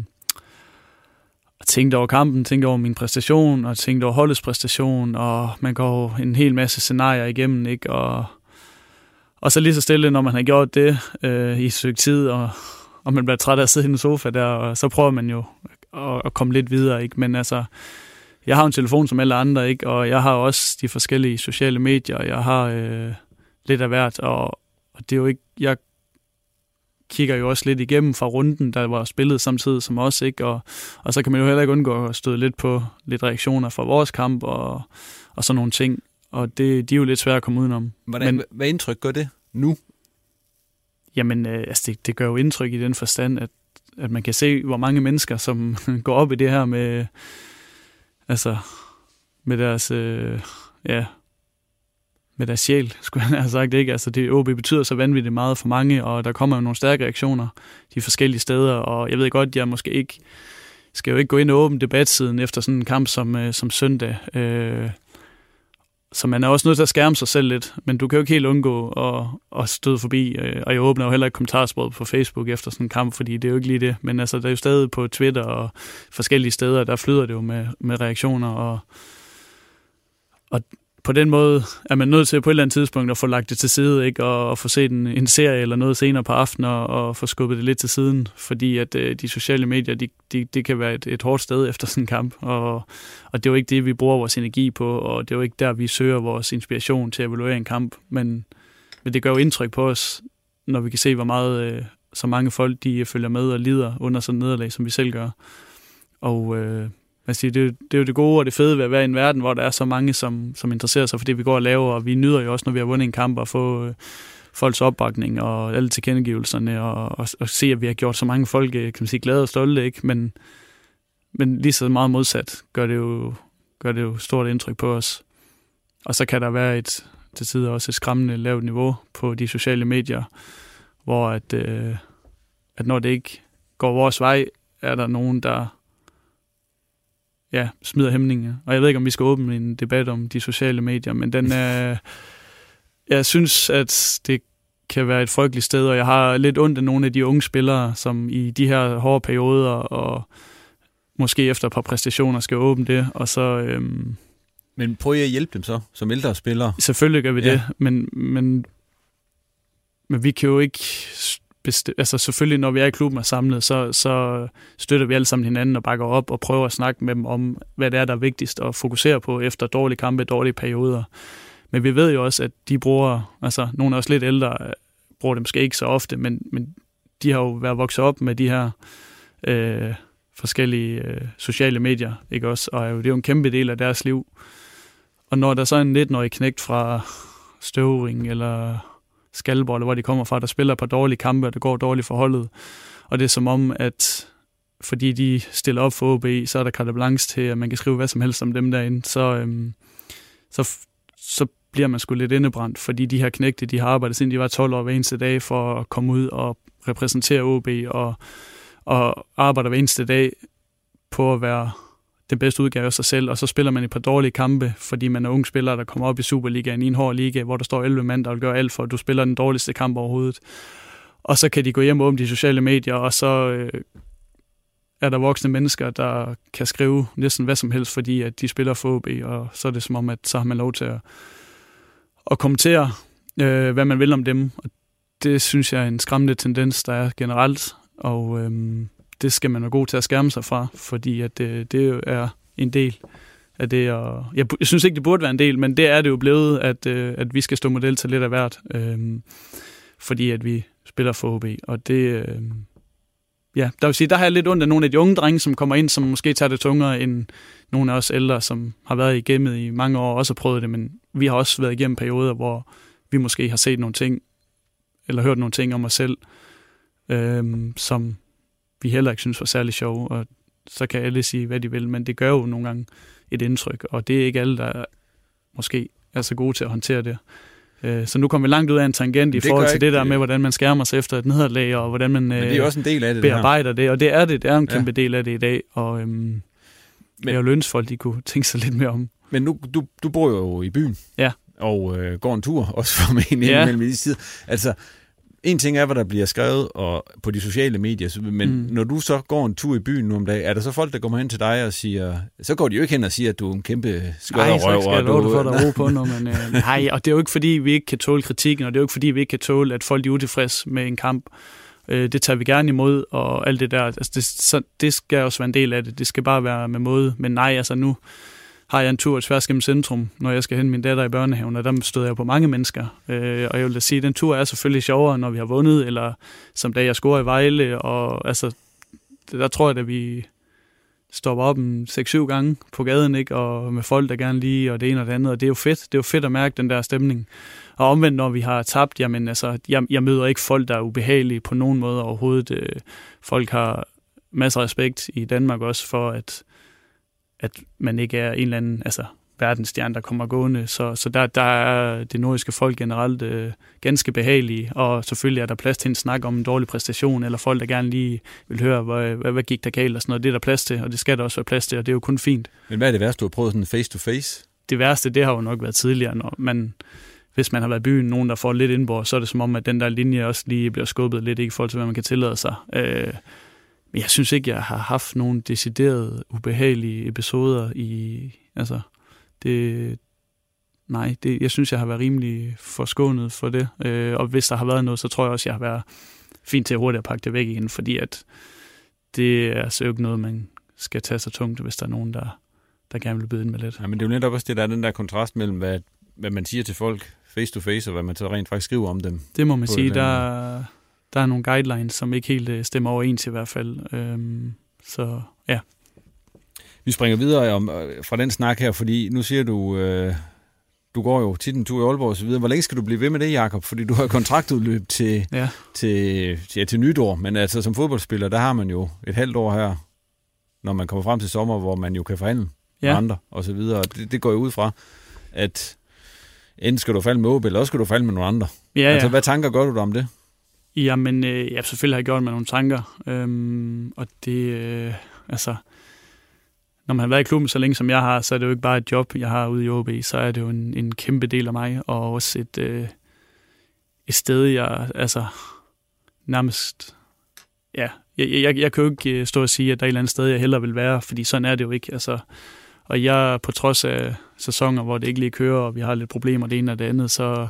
og tænkte over kampen, tænkte over min præstation, og tænkte over holdets præstation, og man går en hel masse scenarier igennem, ikke? Og, og så lige så stille, når man har gjort det øh, i et stykke tid, og, og man bliver træt af at sidde i en sofa der, og så prøver man jo at, at komme lidt videre, ikke? Men altså, jeg har en telefon som alle andre, ikke? Og jeg har også de forskellige sociale medier, og jeg har øh, lidt af hvert, og, og det er jo ikke, jeg kigger jo også lidt igennem fra runden, der var spillet samtidig som os, ikke? Og, og så kan man jo heller ikke undgå at støde lidt på lidt reaktioner fra vores kamp, og, og sådan nogle ting, og det, de er jo lidt svære at komme udenom. Hvordan, Men, hvad indtryk gør det nu? Jamen, øh, altså det, det gør jo indtryk i den forstand, at, at man kan se, hvor mange mennesker, som går op i det her med, altså, med deres, øh, ja, med deres sjæl, skulle jeg have sagt, ikke? Altså, det O B betyder så vanvittigt meget for mange, og der kommer jo nogle stærke reaktioner de forskellige steder, og jeg ved godt, at jeg måske ikke, skal jo ikke gå ind og åbne debatsiden efter sådan en kamp som, øh, som søndag, øh, så man er også nødt til at skærme sig selv lidt, men du kan jo ikke helt undgå at, at støde forbi, og jeg åbner jo heller ikke kommentarsporet på Facebook efter sådan en kamp, fordi det er jo ikke lige det, men altså, der er jo stadig på Twitter og forskellige steder, der flyder det jo med, med reaktioner, og, og på den måde er man nødt til på et eller andet tidspunkt at få lagt det til side, ikke? Og, og få set en, en serie eller noget senere på aftenen og, og få skubbet det lidt til siden, fordi at øh, de sociale medier, de, de, det kan være et, et hårdt sted efter sådan en kamp, og, og det er jo ikke det, vi bruger vores energi på, og det er jo ikke der, vi søger vores inspiration til at evaluere en kamp, men, men det gør jo indtryk på os, når vi kan se, hvor meget øh, så mange folk, de følger med og lider under sådan en nederlag, som vi selv gør. Og øh, Altså, det, er jo, det er jo det gode og det fede ved at være i en verden, hvor der er så mange, som, som interesserer sig for det, vi går og laver, og vi nyder jo også, når vi har vundet en kamp, at få øh, folks opbakning og alle tilkendegivelserne, og, og, og se, at vi har gjort så mange folk, kan man sige, glade og stolte, ikke? Men, men lige så meget modsat gør det, jo, gør det jo stort indtryk på os. Og så kan der være et, til tider også et skræmmende lavt niveau på de sociale medier, hvor at, øh, at når det ikke går vores vej, er der nogen, der ja, smider hæmninger. Og jeg ved ikke, om vi skal åbne en debat om de sociale medier, men den er, jeg synes, at det kan være et frygteligt sted, og jeg har lidt ondt af nogle af de unge spillere, som i de her hårde perioder, og måske efter et par præstationer skal åbne det, og så øhm, men prøv at hjælpe dem så, som ældre spillere. Selvfølgelig gør vi ja. det, men, men, men vi kan jo ikke Best- altså selvfølgelig, når vi er i klubben og samlet, så, så støtter vi alle sammen hinanden og bakker op og prøver at snakke med dem om, hvad det er, der er vigtigst at fokusere på efter dårlige kampe, dårlige perioder. Men vi ved jo også, at de bruger, altså nogle af os lidt ældre, bruger det måske ikke så ofte, men, men de har jo været vokset op med de her øh, forskellige øh, sociale medier, ikke også? Og det er jo en kæmpe del af deres liv. Og når der så er en nitten-årig knægt fra Støvring eller Skalborg, eller hvor de kommer fra, der spiller på dårlige kampe, og det går dårligt for holdet. Og det er som om, at fordi de stiller op for O B, så er der carte blanche til, at man kan skrive hvad som helst om dem derinde, så, øhm, så, så bliver man sgu lidt indebrændt, fordi de her knægte, de har arbejdet siden de var tolv år hver eneste dag for at komme ud og repræsentere O B, og, og arbejder hver eneste dag på at være den bedste udgave af sig selv, og så spiller man et par dårlige kampe, fordi man er unge spillere, der kommer op i Superligaen i en hård liga, hvor der står elleve mand, der vil gøre alt for, at du spiller den dårligste kamp overhovedet. Og så kan de gå hjem og åbne de sociale medier, og så øh, er der voksne mennesker, der kan skrive næsten hvad som helst, fordi at de spiller for O B, og så er det som om, at så har man lov til at, at kommentere, øh, hvad man vil om dem. Og det synes jeg er en skræmmende tendens, der er generelt, og øh, det skal man være god til at skærme sig fra, fordi at det, det er en del af det. Og jeg, jeg synes ikke, det burde være en del, men det er det jo blevet, at, øh, at vi skal stå model til lidt af hvert, øh, fordi at vi spiller for O B, og det... Øh, Ja, der vil sige, der har jeg lidt ondt af nogle af de unge drenge, som kommer ind, som måske tager det tungere end nogle af os ældre, som har været i gamet i mange år og også har prøvet det, men vi har også været igennem perioder, hvor vi måske har set nogle ting, eller hørt nogle ting om os selv, øhm, som vi heller ikke synes var særlig sjove, og så kan alle sige, hvad de vil, men det gør jo nogle gange et indtryk, og det er ikke alle, der måske er så gode til at håndtere det. Så nu kommer vi langt ud af en tangent i det forhold til det der med, hvordan man skærmer sig efter et nederlag, og hvordan man det er også en del af det, bearbejder det, det, og det er det. Det er en kæmpe ja. del af det i dag, og øhm, men, jeg vil ønske folk, de kunne tænke sig lidt mere om. Men nu, du, du bor jo i byen, ja. og øh, går en tur, også for mig ja. imellem i de sider. Altså, en ting er, hvad der bliver skrevet og på de sociale medier, men mm. når du så går en tur i byen nu om dagen, er der så folk, der kommer hen til dig og siger, så går de jo ikke hen og siger, at du er en kæmpe skødderrøv. Nej, så skal jeg love dig for dig ro på nu, men øh, nej, og det er jo ikke fordi, vi ikke kan tåle kritikken, og det er jo ikke fordi, vi ikke kan tåle, at folk er utilfredse med en kamp. Øh, det tager vi gerne imod, og alt det der, altså det, så, det skal også være en del af det. Det skal bare være med måde, men nej, altså nu har jeg en tur tværs gennem centrum, når jeg skal hente min datter i børnehaven, og der støder jeg på mange mennesker. Øh, og jeg vil da sige, at den tur er selvfølgelig sjovere, når vi har vundet, eller som da jeg scorer i Vejle, og altså, der tror jeg, at vi stopper op en seks syv gange på gaden, ikke? Og med folk, der gerne lige, og det ene og det andet, og det er jo fedt. Det er jo fedt at mærke den der stemning. Og omvendt, når vi har tabt, jamen altså, jeg, jeg møder ikke folk, der er ubehagelige på nogen måde overhovedet. Øh, folk har masser af respekt i Danmark også for, at at man ikke er en eller anden altså, verdensstjerne, der kommer gående. Så, så der, der er det nordiske folk generelt øh, ganske behagelige, og selvfølgelig er der plads til en snak om en dårlig præstation, eller folk, der gerne lige vil høre, hvad, hvad, hvad gik der galt, og sådan noget. Det er der plads til, og det skal der også være plads til, og det er jo kun fint. Men hvad er det værste, du har prøvet sådan face-to-face? Det værste, det har jo nok været tidligere, når man, hvis man har været i byen, nogen, der får lidt indborg, så er det som om, at den der linje også lige bliver skubbet lidt, ikke i forhold til, hvad man kan tillade sig. Øh, Men jeg synes ikke, jeg har haft nogle deciderede, ubehagelige episoder i... Altså, det... Nej, det, jeg synes, jeg har været rimelig forskånet for det. Øh, og hvis der har været noget, så tror jeg også, jeg har været fint til hurtigt at pakke det væk igen, fordi at det er altså ikke noget, man skal tage så tungt, hvis der er nogen, der, der gerne vil byde ind med lidt. Ja, men det er jo netop også det, der er den der kontrast mellem, hvad, hvad man siger til folk face to face, og hvad man så rent faktisk skriver om dem. Det må man sige, der... Der er nogle guidelines, som ikke helt stemmer overens i hvert fald. Øhm, så ja. Vi springer videre om, fra den snak her, fordi nu siger du, øh, du går jo tit en tur i Aalborg og så videre. Hvor længe skal du blive ved med det, Jakob? Fordi du har kontraktudløb til, ja. til, ja, til nytår, men altså som fodboldspiller, der har man jo et halvt år her, når man kommer frem til sommer, hvor man jo kan forhandle ja. med andre og så videre. Det, det går jo ud fra, at enten skal du falde med O B, eller også skal du falde med nogle andre. Ja, altså, ja. Hvad tanker gør du om det? Jamen, øh, ja, selvfølgelig har jeg gjort mig nogle tanker, øhm, og det, øh, altså, når man har været i klubben så længe som jeg har, så er det jo ikke bare et job, jeg har ude i O B, så er det jo en, en kæmpe del af mig, og også et, øh, et sted, jeg, altså, nærmest, ja, jeg, jeg, jeg kan jo ikke stå og sige, at der er et eller andet sted, jeg hellere vil være, fordi sådan er det jo ikke, altså, og jeg, på trods af sæsoner, hvor det ikke lige kører, og vi har lidt problemer det ene og det andet, så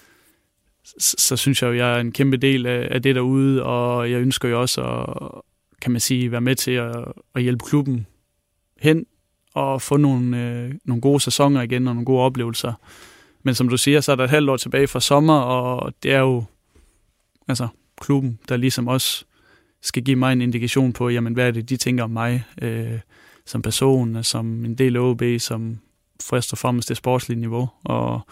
Så, så synes jeg jo, jeg er en kæmpe del af, af det derude, og jeg ønsker jo også at, kan man sige, være med til at, at hjælpe klubben hen og få nogle, øh, nogle gode sæsoner igen og nogle gode oplevelser. Men som du siger, så er der et halvt år tilbage fra sommer, og det er jo altså klubben, der ligesom også skal give mig en indikation på, jamen, hvad er det, de tænker om mig øh, som person, som en del af O B, som først og fremmest det sportslige niveau, og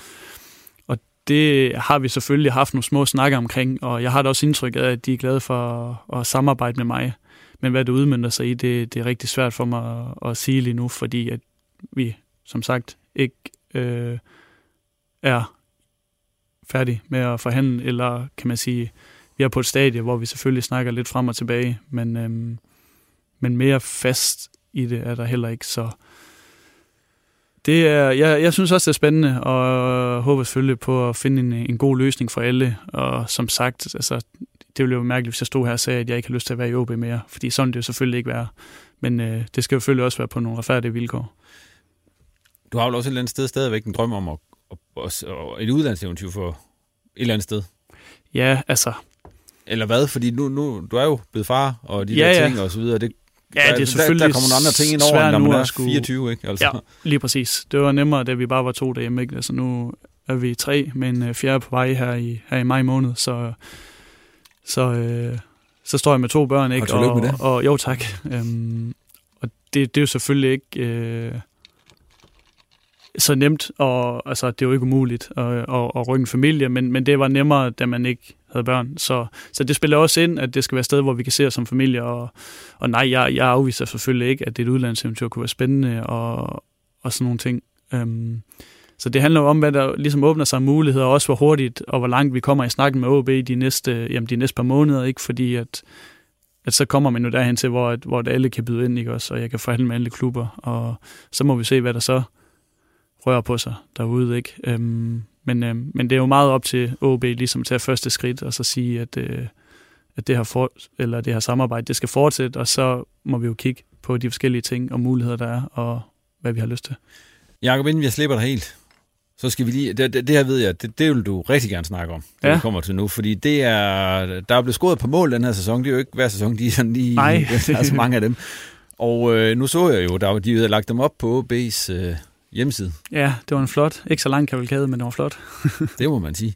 det har vi selvfølgelig haft nogle små snakker omkring, og jeg har da også indtryk af, at de er glade for at, at samarbejde med mig. Men hvad det udmønter sig i, det, det er rigtig svært for mig at, at sige lige nu, fordi at vi, som sagt, ikke øh, er færdige med at forhandle, eller kan man sige, vi er på et stadie, hvor vi selvfølgelig snakker lidt frem og tilbage, men, øh, men mere fast i det er der heller ikke, så det er, jeg, jeg synes også, det er spændende, og håber selvfølgelig på at finde en, en god løsning for alle. Og som sagt, altså, det ville jo være mærkeligt, hvis jeg stod her og sagde, at jeg ikke har lyst til at være i O B mere, fordi sådan det jo selvfølgelig ikke være. Men øh, det skal jo selvfølgelig også være på nogle retfærdige vilkår. Du har jo også et eller andet sted stadigvæk en drøm om at, at, at, at et udlandseventyr for et eller andet sted. Ja, altså... Eller hvad? Fordi nu, nu du er jo blevet far, og de ja, der ja. ting og så videre. Det, ja, det er selvfølgelig der, der kommer nogle andre ting ind over, når man er skulle... fireogtyve, ikke? Altså. Ja, lige præcis. Det var nemmere, da vi bare var to derhjemme, ikke? Altså nu er vi tre, men fjerde på vej her i, her i maj måned, så, så, øh, så står jeg med to børn, ikke? Og tillykke med det. Og, og jo, tak. Øhm, og det, det er jo selvfølgelig ikke... Øh, så nemt, og altså, det er jo ikke umuligt at, at, at rykke en familie, men, men det var nemmere, da man ikke havde børn. Så, så det spiller også ind, at det skal være et sted, hvor vi kan se os som familie, og, og nej, jeg, jeg afviser selvfølgelig ikke, at det et udlandseventyr kunne være spændende, og, og sådan nogle ting. Um, så det handler jo om, hvad der ligesom åbner sig muligheder, og også hvor hurtigt, og hvor langt vi kommer i snakken med O B de næste, jamen, de næste par måneder, ikke? Fordi at, at så kommer man jo derhen til, hvor, at, hvor alle kan byde ind, ikke også, og jeg kan forhandle med alle klubber, og så må vi se, hvad der så rører på sig derude, ikke? Øhm, men, øhm, men det er jo meget op til O B ligesom at tage første skridt, og så sige, at, øh, at det, her for, eller det her samarbejde, det skal fortsætte, og så må vi jo kigge på de forskellige ting og muligheder, der er, og hvad vi har lyst til. Jakob, inden vi slipper dig helt, så skal vi lige, det, det, det her ved jeg, det, det vil du rigtig gerne snakke om, det ja. vi kommer til nu, fordi det er, der er blevet scoret på mål den her sæson, det er jo ikke hver sæson, de er sådan lige, Nej. der er så mange af dem. Og øh, nu så jeg jo, der, de havde lagt dem op på O B's øh, hjemmeside. Ja, det var en flot, ikke så lang kavalkade, men det var flot. Det må man sige.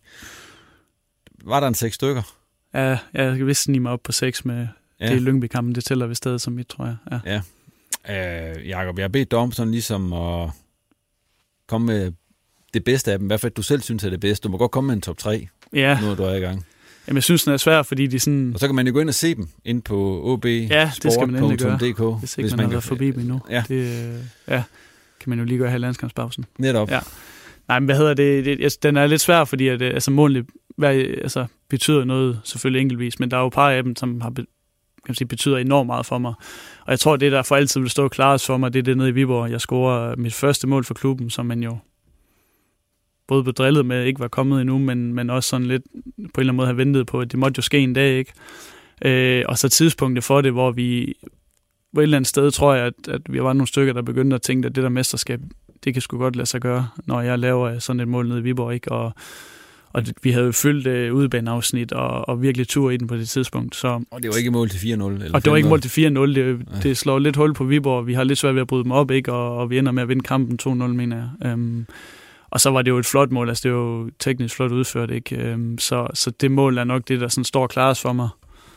Var der en seks stykker? Ja, jeg kan vist snige mig op på seks med ja. det Lyngby-kampen, det tæller ved stedet som mit, tror jeg. Ja, ja. Øh, Jakob, jeg har bedt dig om sådan ligesom at komme med det bedste af dem, i hvert fald du selv synes er det bedste. Du må godt komme med en top tre, ja. nu er du er i gang. Jamen, jeg synes, den er svær, fordi de sådan... Og så kan man jo gå ind og se dem ind på o b sport punktum d k. Hvis ikke hvis man, man har været forbi dem endnu. Ja. Det, ja, kan man jo lige gøre her i landskampspausen. Netop. Ja. Nej, men hvad hedder det? det altså, den er lidt svær, fordi at, altså, målene altså, betyder noget selvfølgelig enkeltvis, men der er jo et par af dem, som har kan man sige, betyder enormt meget for mig. Og jeg tror, det der for altid vil stå klarest for mig, det er det nede i Viborg. Jeg scorer mit første mål for klubben, som man jo både blev drillet med, ikke var kommet endnu, men, men også sådan lidt på en eller anden måde har ventet på, at det måtte jo ske en dag, ikke? Øh, og så tidspunktet for det, hvor vi på et eller andet sted, tror jeg, at, at vi var nogle stykker, der begyndte at tænke, at det der mesterskab, det kan sgu godt lade sig gøre, når jeg laver sådan et mål nede i Viborg, ikke? Og, og vi havde jo fyldt uh, udebaneafsnit og, og virkelig tur i den på det tidspunkt. Så, og det var ikke mål til fire nul? Eller og det var ikke mål til fire nul. Det, det slår lidt hul på Viborg. Vi har lidt svært ved at bryde dem op, ikke? Og, og vi ender med at vinde kampen to nul, mener jeg. Um, og så var det jo et flot mål. Altså, det var jo teknisk flot udført, ikke? Um, så, så det mål er nok det, der sådan står klarest for mig.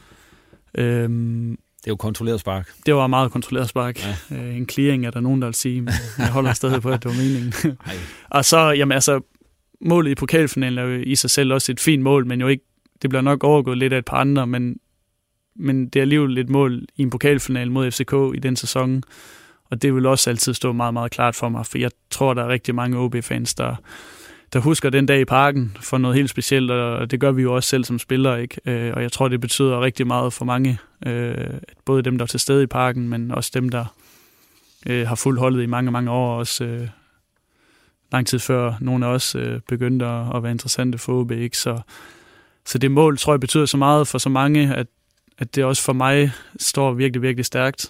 Um, Det er jo kontrolleret spark. Det var meget kontrolleret spark. Ja. En clearing er der nogen, der vil sige, men jeg holder stadig på, at det var meningen. Og så, jamen altså, målet i pokalfinalen er jo i sig selv også et fint mål, men jo ikke, det bliver nok overgået lidt af et par andre, men, men det er alligevel et mål i en pokalfinal mod F C K i den sæson, og det vil også altid stå meget, meget klart for mig, for jeg tror, der er rigtig mange O B-fans, der, der husker den dag i parken for noget helt specielt, og det gør vi jo også selv som spillere, ikke? Og jeg tror, det betyder rigtig meget for mange, både dem, der er til stede i parken, men også dem, der har fulgt holdet i mange, mange år, også lang tid før nogle af os begyndte at være interessante for O B, ikke? Så, så det mål, tror jeg, betyder så meget for så mange, at, at det også for mig står virkelig, virkelig stærkt.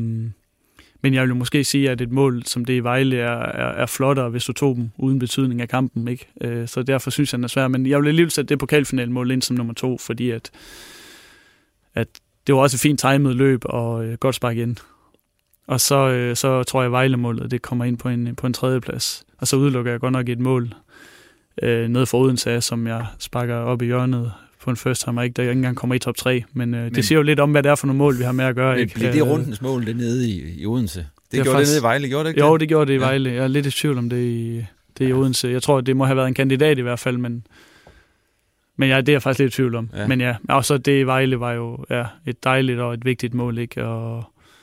Men jeg vil jo måske sige, at et mål som det i Vejle er, er, er flottere, hvis du tog dem uden betydning af kampen, ikke? Så derfor synes jeg, den er svær. Men jeg vil alligevel sætte det pokalfinalmål ind som nummer to, fordi at, at det var også et fint timet løb og øh, godt spark ind. Og så, øh, så tror jeg, Vejle-målet det kommer ind på en, på en tredje plads. Og så udelukker jeg godt nok et mål øh, nede for Odense, som jeg sparker op i hjørnet på en first timer, ikke? Der ikke engang kommer i top tre. Men, øh, men det siger jo lidt om, hvad det er for nogle mål, vi har med at gøre. Men ikke? Blev det rundens mål, det nede i, i Odense? Det, det gjorde faktisk, det nede i Vejle, gjorde det ikke? Jo, det, det gjorde det i Vejle. Jeg er lidt i tvivl om det i, det i ja. Odense. Jeg tror, det må have været en kandidat i hvert fald, men, men ja, det er jeg faktisk lidt i tvivl om. Ja. Men ja, og så det i Vejle var jo ja, et dejligt og et vigtigt mål, ikke? Og,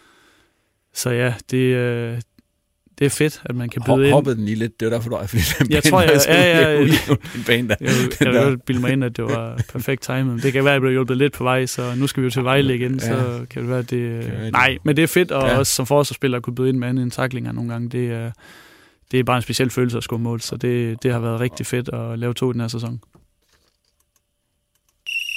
så ja, det, øh, det er fedt, at man kan byde Hop, ind. Hoppede den lige lidt, det var derfor, du er fordi jeg tror, jeg, ja, ja, ja, en bane der. Jeg vil godt bilde mig ind, at det var perfekt timet. Det kan være, at jeg blev hjulpet lidt på vej, så nu skal vi jo til Vejle igen, ja. Så kan det være, at det... Kan være, nej, men det er fedt, og ja. Også som forsvarsspiller at kunne byde ind med anden tacklinger nogle gange. Det er, det er bare en speciel følelse at score mål, så det, det har været rigtig fedt at lave to i den her sæson.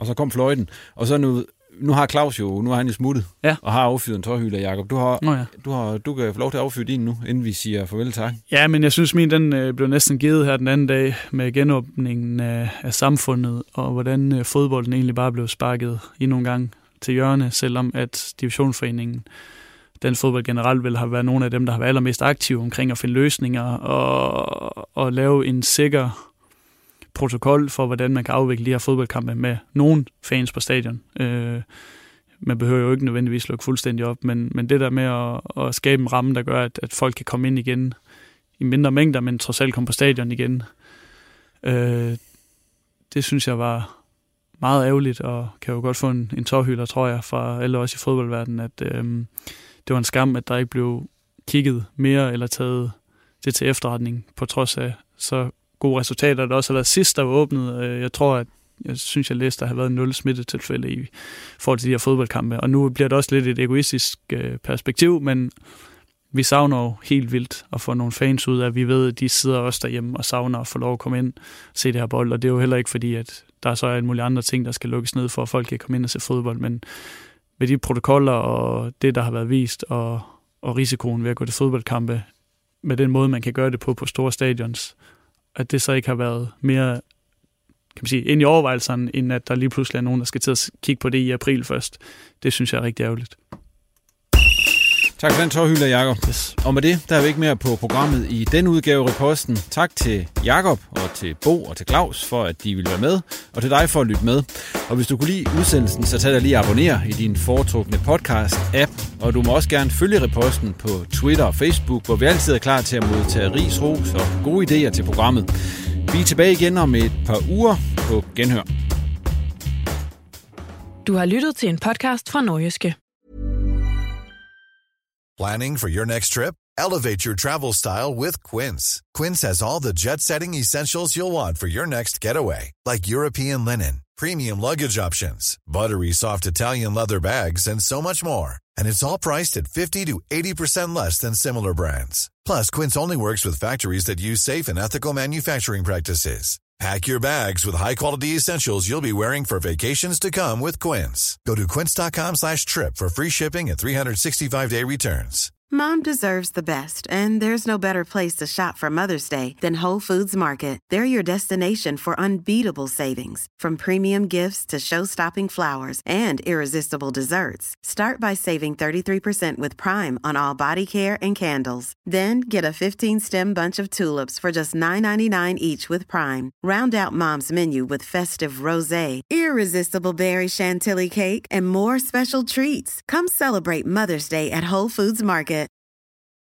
og så kom fløjten, og så nu, nu har Claus jo, nu har han jo smuttet, ja. og har affyret en tårhylder, Jakob. Du har, Nå, ja. du har, du kan få lov til at affyre din nu, inden vi siger farvel tak. Ja, men jeg synes min, den øh, blev næsten givet her den anden dag med genåbningen af, af samfundet, og hvordan øh, fodbolden egentlig bare blev sparket i nogle gange til hjørne, selvom at divisionsforeningen, den fodbold generelt, vil have været nogle af dem, der har været allermest aktive omkring at finde løsninger og, og lave en sikker protokol for, hvordan man kan afvikle de her fodboldkampe med nogen fans på stadion. Øh, man behøver jo ikke nødvendigvis lukke fuldstændig op, men, men det der med at, at skabe en ramme, der gør, at, at folk kan komme ind igen i mindre mængder, men trods alt komme på stadion igen, øh, det synes jeg var meget ærgerligt, og kan jo godt få en, en tårhylder, tror jeg, fra alle os i fodboldverdenen, at øh, det var en skam, at der ikke blev kigget mere eller taget det til efterretning, på trods af så gode resultater, der også har været sidst, der var åbnet. Jeg tror, at jeg synes, jeg læste, der har været nul smittetilfælde i forhold til de her fodboldkampe. Og nu bliver det også lidt et egoistisk perspektiv, men vi savner jo helt vildt at få nogle fans ud af, at vi ved, at de sidder også derhjemme og savner at få lov at komme ind og se det her bold. Og det er jo heller ikke fordi, at der så er en mulig andre ting, der skal lukkes ned for, at folk kan komme ind og se fodbold. Men med de protokoller og det, der har været vist, og, og risikoen ved at gå til fodboldkampe, med den måde, man kan gøre det på på store stadions, at det så ikke har været mere, kan man sige, ind i overvejelserne, end at der lige pludselig er nogen, der skal til at kigge på det i april først. Det synes jeg er rigtig ærgerligt. Tak for den tårhylder, Jakob. Yes. Og med det, der er vi ikke mere på programmet i den udgave af Reposten. Tak til Jakob og til Bo og til Claus for, at de ville være med, og til dig for at lytte med. Og hvis du kunne lide udsendelsen, så tag dig lige at abonnere i din foretrukne podcast-app. Og du må også gerne følge Reposten på Twitter og Facebook, hvor vi altid er klar til at modtage ris, ros og gode idéer til programmet. Vi er tilbage igen om et par uger på Genhør. Du har lyttet til en podcast fra Nordjyske. Planning for your next trip? Elevate your travel style with Quince. Quince has all the jet-setting essentials you'll want for your next getaway, like European linen, premium luggage options, buttery soft Italian leather bags, and so much more. And it's all priced at fifty to eighty percent less than similar brands. Plus, Quince only works with factories that use safe and ethical manufacturing practices. Pack your bags with high-quality essentials you'll be wearing for vacations to come with Quince. Go to quince.com slash trip for free shipping and three sixty-five day returns. Mom deserves the best, and there's no better place to shop for Mother's Day than Whole Foods Market. They're your destination for unbeatable savings, from premium gifts to show-stopping flowers and irresistible desserts. Start by saving thirty-three percent with Prime on all body care and candles. Then get a fifteen-stem bunch of tulips for just nine ninety-nine each with Prime. Round out Mom's menu with festive rosé, irresistible berry chantilly cake, and more special treats. Come celebrate Mother's Day at Whole Foods Market.